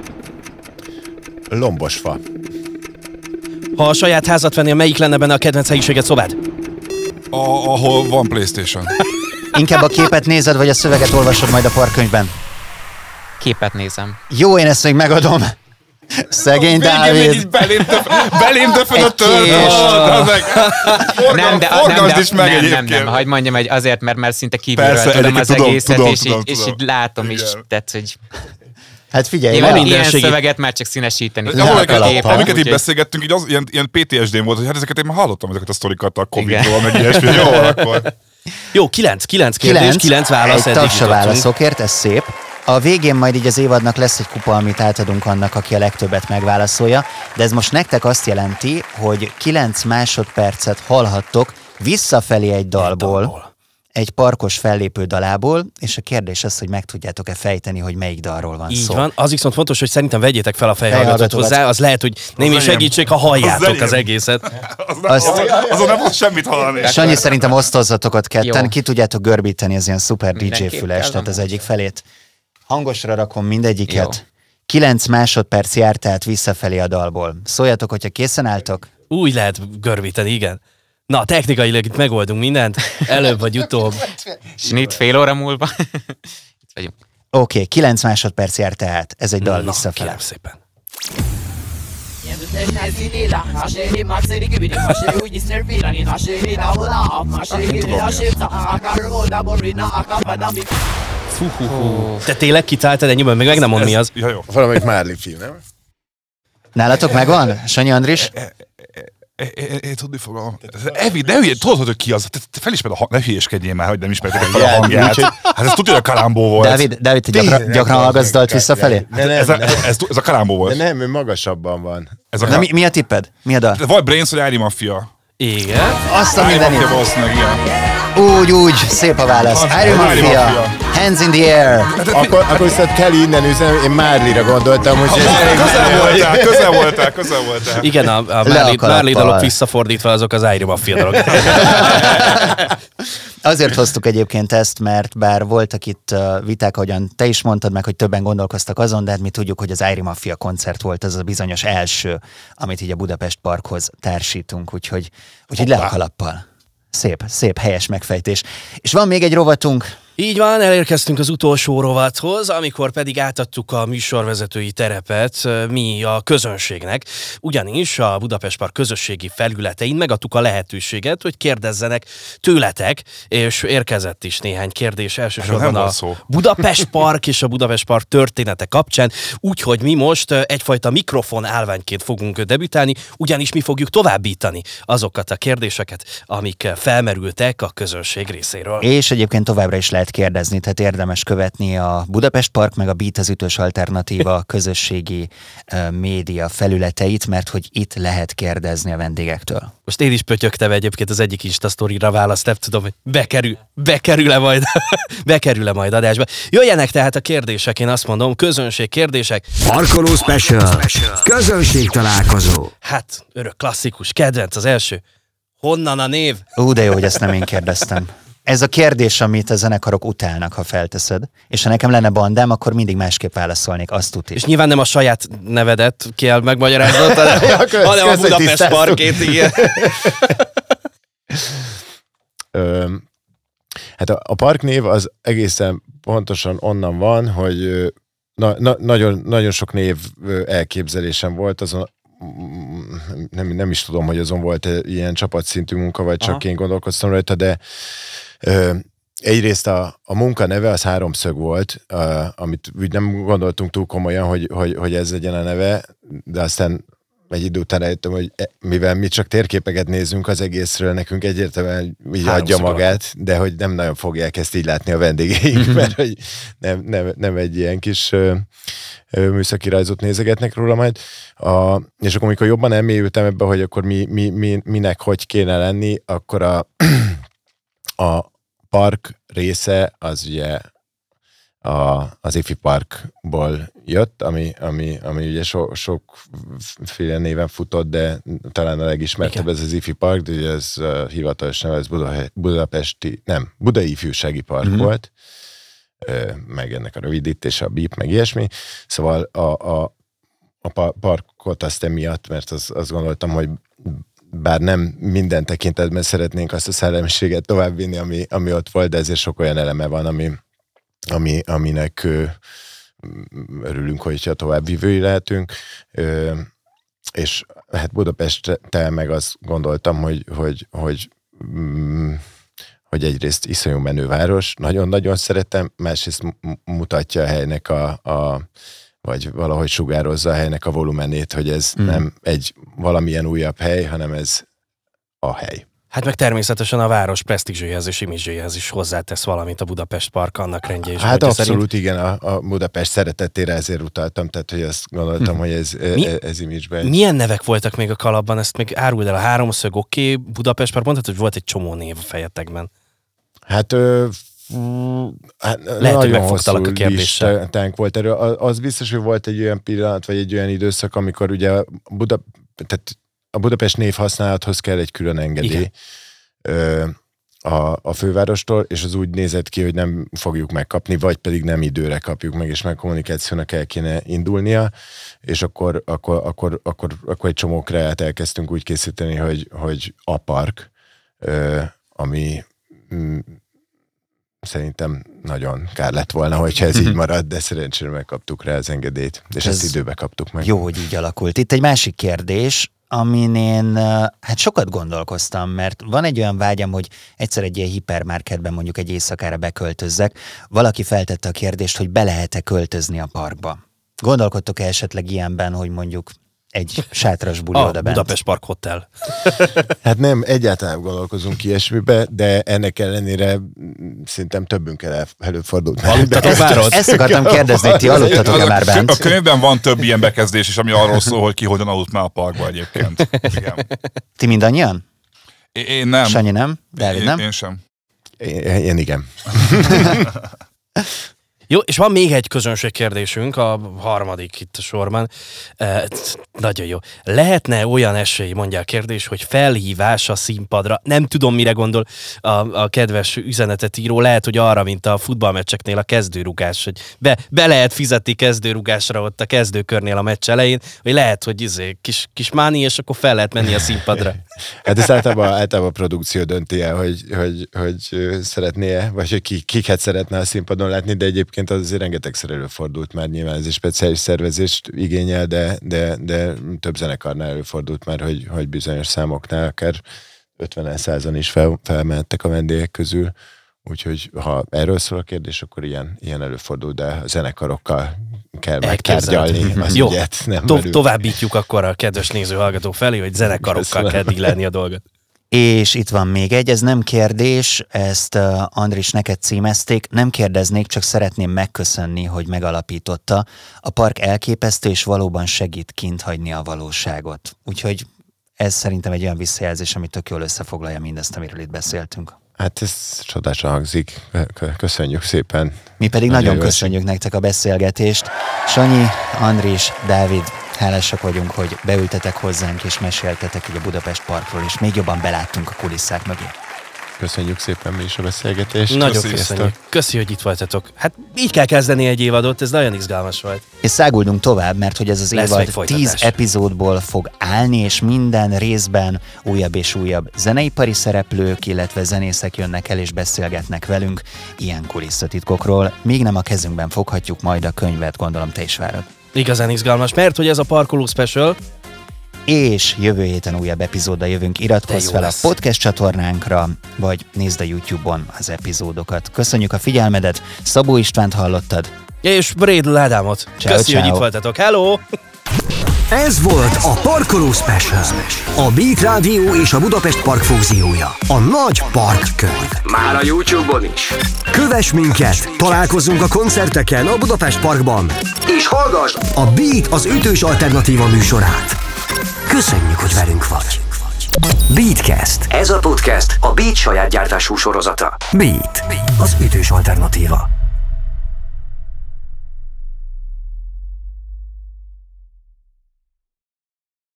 Lombosfa.
Ha a saját házat vennél, melyik lenne benne a kedvenc helyiséget szobád?
A, ahol van PlayStation.
Inkább a képet nézed, vagy a szöveget olvasod majd a parkkönyvben?
Képet nézem.
Jó, én ezt még megadom. Szegény Dávid.
Belém döfön a tört.
Nem, de,
Forgasd
nem,
is meg
nem,
egyébként.
nem, nem, hagyd mondjam, egy azért, mert, mert szinte kívülről
Persze,
tudom az
tudom,
egészet,
tudom,
és,
tudom,
így,
tudom.
és így látom is,
Igen.
tehát, hogy
Hát figyelj,
nyilván
van
ilyen
mindenségét.
szöveget már csak színesíteni.
De ahol
tudnak a gépen,
amiket így
úgyhogy-
beszélgettünk, így az, ilyen, ilyen pé té es dén volt, hogy hát ezeket én már hallottam, ezeket a sztorikat a Covidról, meg ilyesmi. Jó, akkor.
Jó, kilenc, kilenc kérdés,
Kilenc,
kilenc válasz.
egy
eddig
tapsa
jutottunk.
válaszokért, ez szép. A végén majd így az évadnak lesz egy kupa, amit átadunk annak, aki a legtöbbet megválaszolja, de ez most nektek azt jelenti, hogy kilenc másodpercet hallhattok visszafelé egy dalból,
dalból.
egy parkos fellépő dalából, és a kérdés az, hogy meg tudjátok-e fejteni, hogy melyik dalról van
Így
szó.
van, az viszont fontos, hogy szerintem vegyétek fel a fejhallgatót
Fejhallgatót.
hozzá, az lehet, hogy némi
enyém.
segítség, ha
Az
halljátok
enyém.
az egészet.
Az nem,
Azt-
azon, azon nem volt semmit hallani.
Sanyi, szerintem osztozzatok ott ketten,
Jó.
ki tudjátok görbíteni az ilyen szuper dé dzsé
Mindenképp
füles,
kell
tehát az
amúgy.
egyik felét. Hangosra rakom mindegyiket.
Jó.
Kilenc másodperc járt tehát visszafelé a dalból. Szóljatok, hogyha készen álltok.
Úgy lehet görbíteni, igen. Na, technikailag itt megoldunk mindent, előbb vagy utóbb.
Snit fél óra múlva. Itt vagyunk.
Oké, okay, kilenc másodperc járt tehát. Ez egy dal
Na,
visszafele.
kérem szépen. Fú, hú, hú. Te tényleg kitáltad ennyiben? Még meg nem mond mi az.
Ja, jó.
Valamelyik Marley film, nem?
Nálatok megvan? Sanyi Andris?
Én tudni fogom. Evi, de hülye, tudod, hogy ki az? Te felismered a hang... Ne hülyéskedjél már, hogy nem ismerted fel a hangját. Hát ez tudja, hogy a Kalambó volt.
Dávid, Dávid, te gyakran, gyakran hallgatsz dalt visszafelé?
Ne, nem,
ez, a,
nem.
ez, ez a Kalambó volt.
De nem, ő magasabban van.
Ez a
Na, mi, mi a tipped? Mi a dal?
Vagy Brains, vagy Ári Mafia.
Igen.
Azt a
Ári
mindenit.
Mafia valószínűleg, igen.
Úgy, úgy, szép a válasz.
Az-
Iron
Iron
Mafia,
Mafia.
Hands in the Air.
Akkor, akkor viszont kell innen üzenem, én Márlira gondoltam, hogy ez elég
Közel
menő, hogy-
voltál, közel voltál, közel voltál.
Igen, a, a
Le a
Márli,
kalappal.
Márli dalok visszafordítva, azok az Iron Mafia dalok.
Azért hoztuk egyébként ezt, mert bár voltak itt uh, viták, ahogyan te is mondtad meg, hogy többen gondolkoztak azon, de hát mi tudjuk, hogy az Iron Mafia koncert volt az a bizonyos első, amit így a Budapest Parkhoz társítunk, úgyhogy, úgyhogy le a kalappal. Szép, szép, helyes megfejtés. És van még egy rovatunk.
Így van, elérkeztünk az utolsó rovathoz, amikor pedig átadtuk a műsorvezetői terepet mi a közönségnek, ugyanis a Budapest Park közösségi felületein megadtuk a lehetőséget, hogy kérdezzenek tőletek, és érkezett is néhány kérdés elsősorban
nem
a
volt szó.
Budapest Park és a Budapest Park története kapcsán, úgyhogy mi most egyfajta mikrofon állványként fogunk debütálni, ugyanis mi fogjuk továbbítani azokat a kérdéseket, amik felmerültek a közönség részéről.
És egyébként továbbra is lehet kérdezni, tehát érdemes követni a Budapest Park meg a Beat az ütős alternatíva közösségi uh, média felületeit, mert hogy itt lehet kérdezni a vendégektől.
Most én is pötyögtem egyébként az egyik Insta sztorira választ, nem tudom, hogy bekerül, bekerül-e majd, bekerül-e majd adásba. Jöjjenek tehát a kérdések, én azt mondom, közönség kérdések.
Parkoló Special. Közönség találkozó.
Hát, örök klasszikus, kedvenc az első. Honnan a név?
Ú, de jó, hogy ezt nem én kérdeztem. Ez a kérdés, amit a zenekarok utálnak, ha felteszed. És ha nekem lenne bandám, akkor mindig másképp válaszolnék, azt tudni.
És nyilván nem a saját nevedet kell megmagyaráznod, hanem,
Akkor
hanem a
ezt
Budapest
tisztáztuk.
Parkét, igen.
Ö, hát a, a parknév az egészen pontosan onnan van, hogy ö, na, na, nagyon, nagyon sok név ö, elképzelésem volt, azon nem, nem is tudom, hogy azon volt ilyen csapatszintű munka, vagy csak
Aha.
én gondolkoztam rajta, de ö, egyrészt a, a munka neve az háromszög volt, ö, amit úgy nem gondoltunk túl komolyan, hogy, hogy, hogy ez legyen a neve, de aztán egy idő után rájöttem, hogy mivel mi csak térképeket nézünk az egészről, nekünk egyértelműen így adja
Háromszög
magát, de hogy nem nagyon fogják ezt így látni a vendégeink, mert hogy nem, nem, nem egy ilyen kis ö, ö, műszaki rajzot nézegetnek róla majd. A, és akkor, amikor jobban elmélyültem ebbe, hogy akkor mi, mi, mi, minek hogy kéne lenni, akkor a, a park része az ugye a, az ifi parkból jött, ami, ami, ami ugye so, sokféle néven futott, de talán a legismertebb
Igen.
ez az ifi park, de ugye ez uh, hivatalos neve, ez Buda, Budapesti, nem, Budai Ifjúsági Park
Mhm.
volt, Ö, meg ennek a rövidítése, a bé i pé, meg ilyesmi. Szóval a, a, a pa- parkot azt emiatt, mert az, azt gondoltam, hogy bár nem minden tekintetben szeretnénk azt a szellemiséget továbbvinni, ami, ami ott volt, de ezért sok olyan eleme van, ami, ami, aminek ö, örülünk, hogyha tovább vívői lehetünk. Ö, és hát Budapesttel meg azt gondoltam, hogy, hogy, hogy, mm, hogy egyrészt iszonyú menő város, nagyon-nagyon szeretem, másrészt m- mutatja a helynek a, a vagy valahogy sugározza a helynek a volumenét, hogy ez
Mm.
nem egy valamilyen újabb hely, hanem ez a hely.
Hát meg természetesen a város presztízséhez és imidzséhez is hozzátesz valamit a Budapest Park, annak rendje és
Hát
módja
abszolút igen, a, a Budapest szeretetére ezért utaltam, tehát hogy azt gondoltam,
Hm.
hogy ez,
Mi-
ez, ez image-ben.
Milyen nevek voltak még a kalapban? Ezt még áruld el, a háromszög, oké, okay, Budapest Park, mondhatod, hogy volt egy csomó név a fejetekben.
Hát, ö, fú, hát
hogy
nagyon
megfogtalak
hosszú
a kérdéssel.
listánk volt erről. A- Az biztos, hogy volt egy olyan pillanat, vagy egy olyan időszak, amikor ugye a, Buda, tehát a Budapest név használathoz kell egy külön engedély.
Igen.
Ö, a, a fővárostól, és az úgy nézett ki, hogy nem fogjuk megkapni, vagy pedig nem időre kapjuk meg, és meg kommunikációnak el kéne indulnia, és akkor, akkor, akkor, akkor, akkor egy csomó kreát elkezdtünk úgy készíteni, hogy, hogy a park, ö, ami mm, szerintem nagyon kár lett volna, hogyha ez így marad, de szerencsére megkaptuk rá az engedélyt, és
Ez
ezt időbe kaptuk meg.
Jó, hogy így alakult. Itt egy másik kérdés, amin én hát sokat gondolkoztam, mert van egy olyan vágyam, hogy egyszer egy ilyen hipermarketben mondjuk egy éjszakára beköltözzek. Valaki feltette a kérdést, hogy be lehet-e költözni a parkba. Gondolkodtok-e esetleg ilyenben, hogy mondjuk egy sátras buli
A
oda bent.
Budapest Park Hotel.
Hát nem, egyáltalán gondolkozunk ilyesmibe, de ennek ellenére szerintem többünkkel el, előfordult.
Aludtatok már ott?
Ezt akartam kérdezni, ti aludtatok-e már
A
bent?
könyvben van több ilyen bekezdés is, ami arról szól, hogy ki hogyan aludt már a parkba egyébként. Igen.
Ti mindannyian?
Én, én nem.
Sanyi nem? Dávid
én,
nem?
Én sem.
Én, én igen.
Jó, és van még egy közönségkérdésünk, a harmadik itt a sorban. E, nagyon jó. Lehetne olyan esély, mondja a kérdés, hogy felhívás a színpadra, nem tudom, mire gondol a, a kedves üzenetet író, lehet, hogy arra, mint a futballmeccseknél a kezdőrugás, hogy be, be lehet fizetni kezdőrugásra ott a kezdőkörnél a meccs elején, vagy lehet, hogy izé, kis, kis máni, és akkor fel lehet menni a színpadra.
Hát ez általában, általában a produkció dönti el, hogy, hogy, hogy szeretné, vagy hogy ki, kiket szeretne a színpadon látni, de egyébként az azért rengetegszer előfordult már, nyilván ez egy speciális szervezést igényel, de, de, de több zenekarnál előfordult már, hogy, hogy bizonyos számoknál akár ötven százan is fel, felmentek a vendégek közül, úgyhogy ha erről szól a kérdés, akkor ilyen, ilyen előfordul, de a zenekarokkal kell megtárgyalni az
Jó,
ügyet. Nem
to- továbbítjuk akkor a kedves néző hallgató felé, hogy zenekarokkal
Köszönöm.
kell dílelni a dolgot.
És itt van még egy, ez nem kérdés, ezt uh, Andris neked címezték, nem kérdeznék, csak szeretném megköszönni, hogy megalapította. A park elképesztő, és valóban segít kint hagyni a valóságot. Úgyhogy ez szerintem egy olyan visszajelzés, ami tök jól összefoglalja mindezt, amiről itt beszéltünk.
Hát ez csodásan hangzik. Köszönjük szépen.
Mi pedig
Nagyon
nagyon
jó
köszönjük nektek a beszélgetést. Sanyi, Andris, Dávid, hálásak vagyunk, hogy beültetek hozzánk és meséltetek így a Budapest Parkról, és még jobban beláttunk a kulisszák mögé.
Köszönjük szépen mi is a beszélgetést.
Nagyon
Köszi,
köszönjük. Köszi, hogy itt voltatok. Hát így kell kezdeni egy évadot, ez nagyon izgalmas volt.
És száguldunk tovább, mert hogy ez az
Lesz még
évad
folytatás.
tíz epizódból fog állni, és minden részben újabb és újabb zeneipari szereplők, illetve zenészek jönnek el és beszélgetnek velünk ilyen kulisszatitkokról. Még nem a kezünkben foghatjuk majd a könyvet, gondolom te is várod.
Igazán izgalmas, mert hogy ez a parkoló special,
És jövő héten újabb epizóddal jövünk, iratkozz
jó
fel
lesz.
a podcast csatornánkra, vagy nézd a YouTube-on az epizódokat. Köszönjük a figyelmedet, Szabó Istvánt hallottad.
és Brédl Ádámot.
Ciao,
Köszi, hogy
ciao.
itt voltatok. Hello!
Ez volt a Parkoló Special. A Beat Rádió és a Budapest Park fúziója. A nagy parkkönyv.
Már a YouTube-on is.
Kövess minket, találkozunk a koncerteken a Budapest Parkban.
És hallgass
A Beat az ütős alternatíva műsorát. Köszönjük, hogy velünk vagy. Beatcast.
Ez a podcast a Beat saját gyártású sorozata.
Beat. Az ütős alternatíva.